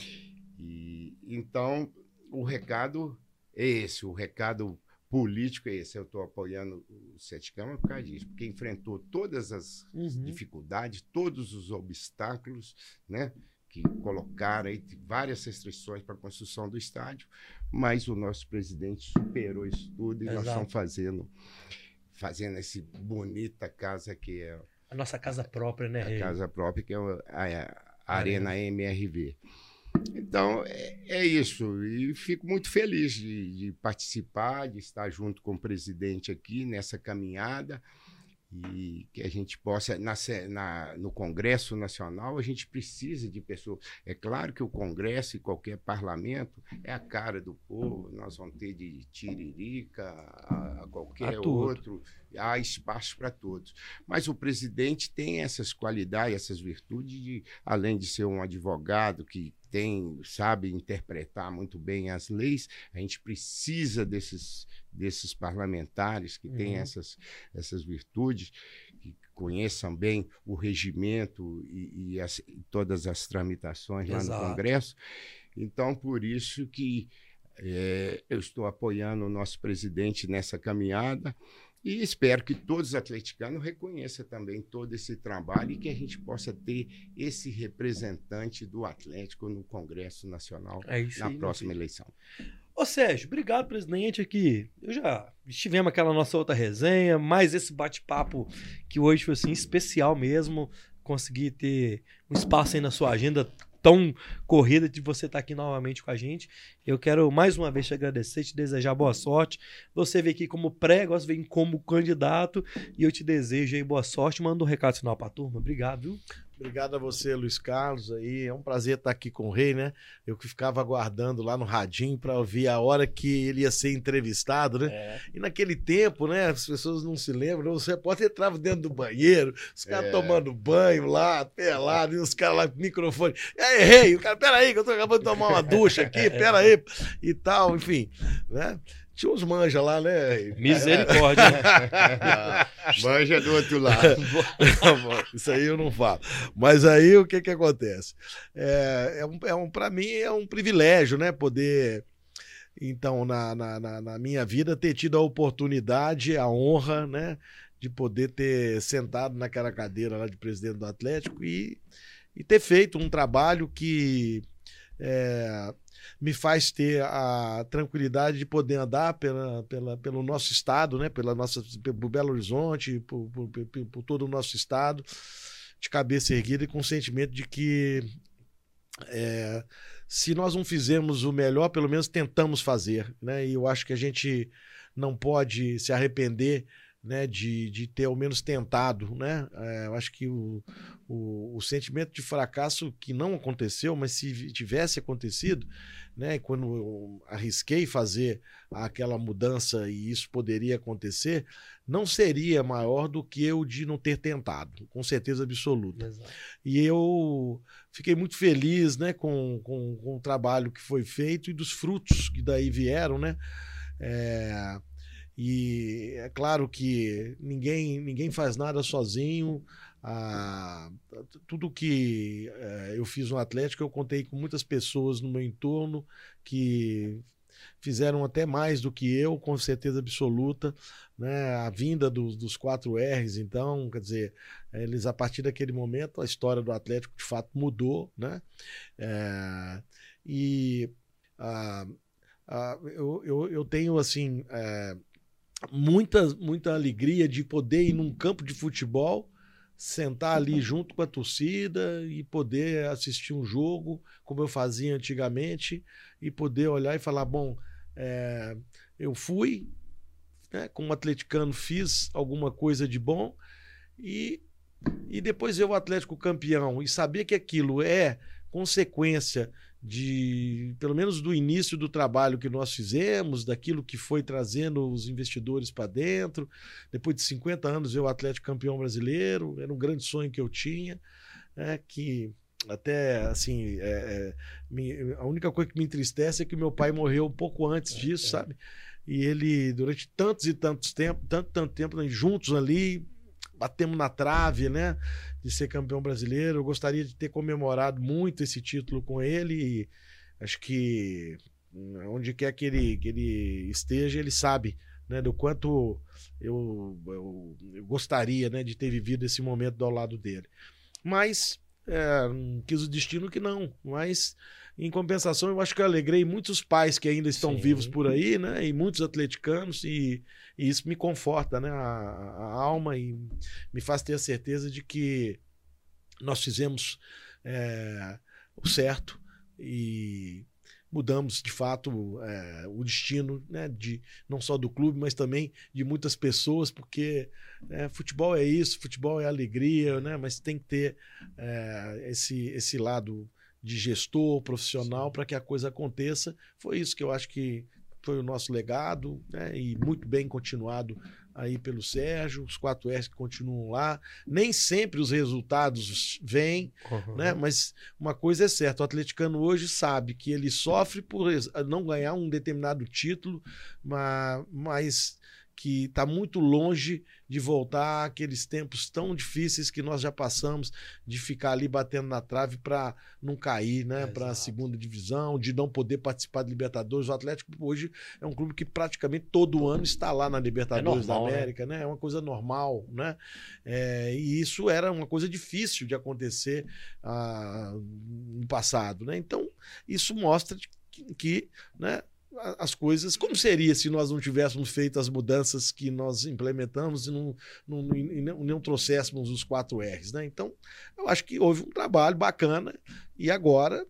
E, então o recado é esse, o recado político é esse. Eu estou apoiando o Sete Câmara por causa disso, porque enfrentou todas as uhum. dificuldades, todos os obstáculos, né, que colocaram aí várias restrições para a construção do estádio, mas o nosso presidente superou isso tudo e Exato. Nós estamos fazendo, fazendo essa bonita casa que é a nossa casa própria, né? A casa própria, que é a, a Arena M R V. Então, é, é isso. E fico muito feliz de, de participar, de estar junto com o presidente aqui nessa caminhada e que a gente possa, na, na, no Congresso Nacional, a gente precisa de pessoas. É claro que o Congresso e qualquer parlamento é a cara do povo, nós vamos ter de Tiririca a, a qualquer a outro, há espaço para todos. Mas o presidente tem essas qualidades, essas virtudes, de, além de ser um advogado que tem, sabe interpretar muito bem as leis, a gente precisa desses, desses parlamentares que uhum. têm essas, essas virtudes, que conheçam bem o regimento e, e, as, e todas as tramitações Exato. Lá no Congresso. Então, por isso que é, eu estou apoiando o nosso presidente nessa caminhada. E espero que todos os atleticanos reconheçam também todo esse trabalho e que a gente possa ter esse representante do Atlético no Congresso Nacional é na aí, próxima eleição. Ô Sérgio, obrigado, presidente, aqui. Eu já estivemos aquela nossa outra resenha, mais esse bate-papo que hoje foi assim, especial mesmo. Consegui ter um espaço aí na sua agenda tão corrida de você estar aqui novamente com a gente. Eu quero mais uma vez te agradecer, te desejar boa sorte. Você veio aqui como pré, agora você vem como candidato e eu te desejo aí boa sorte. Manda um recado final para a turma. Obrigado, viu? Obrigado a você, Luiz Carlos. Aí é um prazer estar aqui com o Rei, né? Eu que ficava aguardando lá no radinho para ouvir a hora que ele ia ser entrevistado, né? É. E naquele tempo, né? As pessoas não se lembram. Os repórteres entravam dentro do banheiro, os caras é. tomando banho lá, pelado, e os caras lá com microfone. E aí, Rei, o cara, peraí, que eu tô acabando de tomar uma ducha aqui, peraí, e tal, enfim, né? Tinha uns manja lá, né? Misericórdia. Manja do outro lado. Isso aí eu não falo. Mas aí o que que acontece? É, é um, é um, para mim é um privilégio, né? Poder, então, na, na, na minha vida, ter tido a oportunidade, a honra, né? De poder ter sentado naquela cadeira lá de presidente do Atlético e, e ter feito um trabalho que... É, me faz ter a tranquilidade de poder andar pela, pela, pelo nosso estado, né? Pela nossa, pelo Belo Horizonte, por, por, por, por todo o nosso estado, de cabeça erguida e com o sentimento de que é, se nós não fizermos o melhor, pelo menos tentamos fazer, né? E eu acho que a gente não pode se arrepender né, de, de ter ao menos tentado, né? É, eu acho que o, o, o sentimento de fracasso que não aconteceu, mas se tivesse acontecido, né, quando eu arrisquei fazer aquela mudança e isso poderia acontecer, não seria maior do que o de não ter tentado, com certeza absoluta. Exato. E eu fiquei muito feliz, né, com, com, com o trabalho que foi feito e dos frutos que daí vieram, né? É, e é claro que ninguém, ninguém faz nada sozinho. Ah, tudo que é, eu fiz no Atlético, eu contei com muitas pessoas no meu entorno que fizeram até mais do que eu, com certeza absoluta, né? A vinda dos, dos quatro R's, então, quer dizer, eles, a partir daquele momento, a história do Atlético de fato mudou, né? É, e ah, ah, eu, eu, eu tenho, assim, é, muita, muita alegria de poder ir num campo de futebol, sentar ali junto com a torcida e poder assistir um jogo, como eu fazia antigamente, e poder olhar e falar, bom, é, eu fui, né, como atleticano, fiz alguma coisa de bom, e, e depois eu, Atlético campeão, e saber que aquilo é consequência de, pelo menos do início do trabalho que nós fizemos, daquilo que foi trazendo os investidores para dentro. Depois de cinquenta anos, eu, Atlético campeão brasileiro, era um grande sonho que eu tinha, né, que até, assim, é, é, me, a única coisa que me entristece é que meu pai morreu um pouco antes disso, é, é. sabe? E ele, durante tantos e tantos tempos, tanto, tanto tempo, né, juntos ali, batemos na trave, né, de ser campeão brasileiro. Eu gostaria de ter comemorado muito esse título com ele, e acho que onde quer que ele, que ele esteja, ele sabe, né, do quanto eu, eu, eu gostaria, né, de ter vivido esse momento ao lado dele. Mas é, quis o destino que não, mas em compensação eu acho que eu alegrei muitos pais que ainda estão Sim. vivos por aí, né, e muitos atleticanos, e, e isso me conforta, né, a, a alma, e me faz ter a certeza de que nós fizemos é, o certo e mudamos de fato é, o destino, né, de, não só do clube, mas também de muitas pessoas, porque é, futebol é isso, futebol é alegria, né, mas tem que ter é, esse, esse lado de gestor profissional para que a coisa aconteça. Foi isso que eu acho que foi o nosso legado, né, e muito bem continuado aí pelo Sérgio, os quatro R's que continuam lá. Nem sempre os resultados vêm, uhum. né, mas uma coisa é certa, o atleticano hoje sabe que ele sofre por não ganhar um determinado título, mas, mas que está muito longe de voltar àqueles tempos tão difíceis que nós já passamos, de ficar ali batendo na trave para não cair, né, para a segunda divisão, de não poder participar de Libertadores. O Atlético hoje é um clube que praticamente todo ano está lá na Libertadores é normal, da América, né? né? É uma coisa normal, né? É, e isso era uma coisa difícil de acontecer ah, no passado, né? Então, isso mostra que, que né, as coisas, como seria se nós não tivéssemos feito as mudanças que nós implementamos e não, não, não, não trouxéssemos os quatro R's, né? Então, eu acho que houve um trabalho bacana, e agora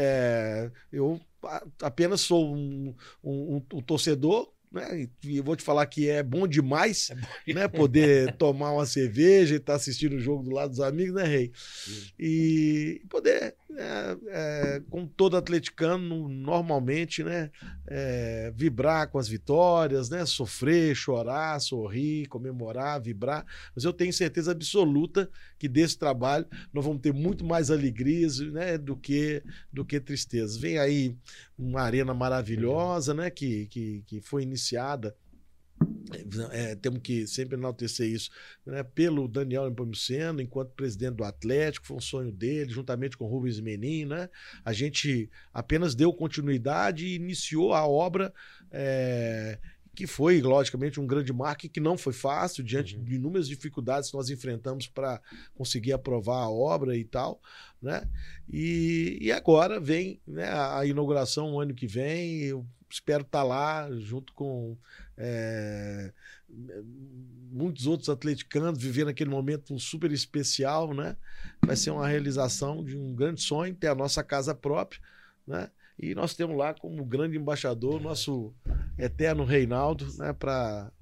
é, eu apenas sou um, um, um torcedor, né? E eu vou te falar que é bom demais, é bom. Né? Poder tomar uma cerveja e estar tá assistindo o jogo do lado dos amigos, né, Rei? Sim. E poder, é, é, como todo atleticano, normalmente, né, é, vibrar com as vitórias, né, sofrer, chorar, sorrir, comemorar, vibrar. Mas eu tenho certeza absoluta que desse trabalho nós vamos ter muito mais alegrias, né, do que, do que tristezas. Vem aí uma arena maravilhosa, né, que, que, que foi iniciada, é, temos que sempre enaltecer isso, né, pelo Daniel Nepomuceno, enquanto presidente do Atlético. Foi um sonho dele, juntamente com o Rubens Menin, né? A gente apenas deu continuidade e iniciou a obra, é, que foi, logicamente, um grande marco e que não foi fácil, diante uhum. de inúmeras dificuldades que nós enfrentamos para conseguir aprovar a obra e tal, né? E, e agora vem, né, a inauguração o ano que vem. Eu espero estar lá junto com é, muitos outros atleticanos, vivendo aquele momento super especial, né? Vai ser uma realização de um grande sonho, ter a nossa casa própria, né? E nós temos lá como grande embaixador o nosso eterno Reinaldo, né, para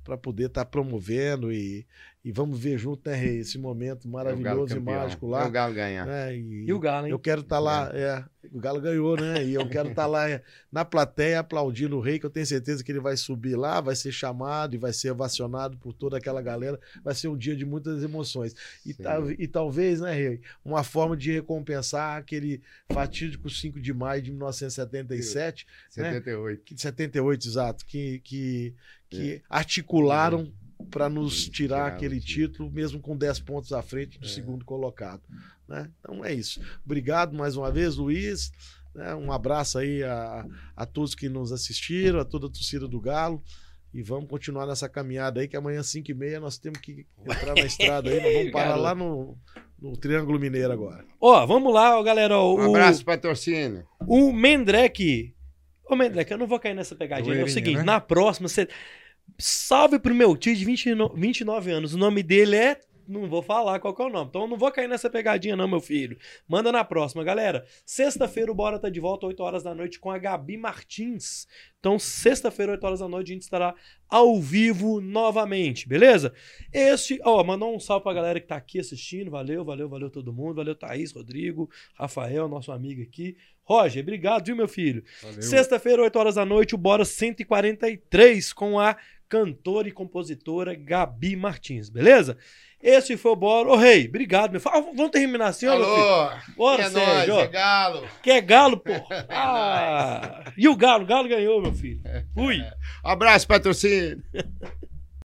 para poder estar tá promovendo e, e vamos ver junto, né, Rei, esse momento maravilhoso e mágico lá. É o Galo ganhar. Né, e, E o Galo, hein? Eu quero estar tá lá, é. é, o Galo ganhou, né? E eu quero estar tá lá é, na plateia aplaudindo o Rei, que eu tenho certeza que ele vai subir lá, vai ser chamado e vai ser ovacionado por toda aquela galera. Vai ser um dia de muitas emoções. E, ta, e talvez, né, Rei, uma forma de recompensar aquele fatídico cinco de maio de mil novecentos e setenta e sete. setenta e oito. Né? setenta e oito, exato. Que, que, que é. articularam para nos tirar, tirar aquele título, mesmo com dez pontos à frente do é. segundo colocado. Né? Então é isso. Obrigado mais uma vez, Luiz. Né? Um abraço aí a, a todos que nos assistiram, a toda a torcida do Galo. E vamos continuar nessa caminhada aí, que amanhã às cinco e meia nós temos que entrar na estrada aí. Nós vamos parar lá no, no Triângulo Mineiro agora. Ó, vamos lá, galera. O, um abraço, patrocínio. O Mendrek. Ô, Mendrek, eu não vou cair nessa pegadinha. É o seguinte, né? Na próxima, você... Salve pro meu tio de vinte e nove anos. O nome dele é... Não vou falar qual que é o nome. Então eu não vou cair nessa pegadinha não, meu filho. Manda na próxima, galera. Sexta-feira o Bora tá de volta, oito horas da noite, com a Gabi Martins. Então, sexta-feira, oito horas da noite, a gente estará ao vivo novamente, beleza? Este... Ó, mandou um salve pra galera que tá aqui assistindo. Valeu, valeu, valeu todo mundo. Valeu, Thaís, Rodrigo, Rafael, nosso amigo aqui. Roger, obrigado, viu, meu filho? Sexta-feira, oito horas da noite, o Bora cento e quarenta e três com a cantora e compositora Gabi Martins, beleza? Esse foi o Bora. Ô, Rei, obrigado, meu filho. Ah, vamos terminar assim, ó, meu filho? Bora, é Sérgio. Nóis, é Galo. Quer Galo, pô? Ah, e o Galo? O Galo ganhou, meu filho. Fui. Um abraço, patrocínio.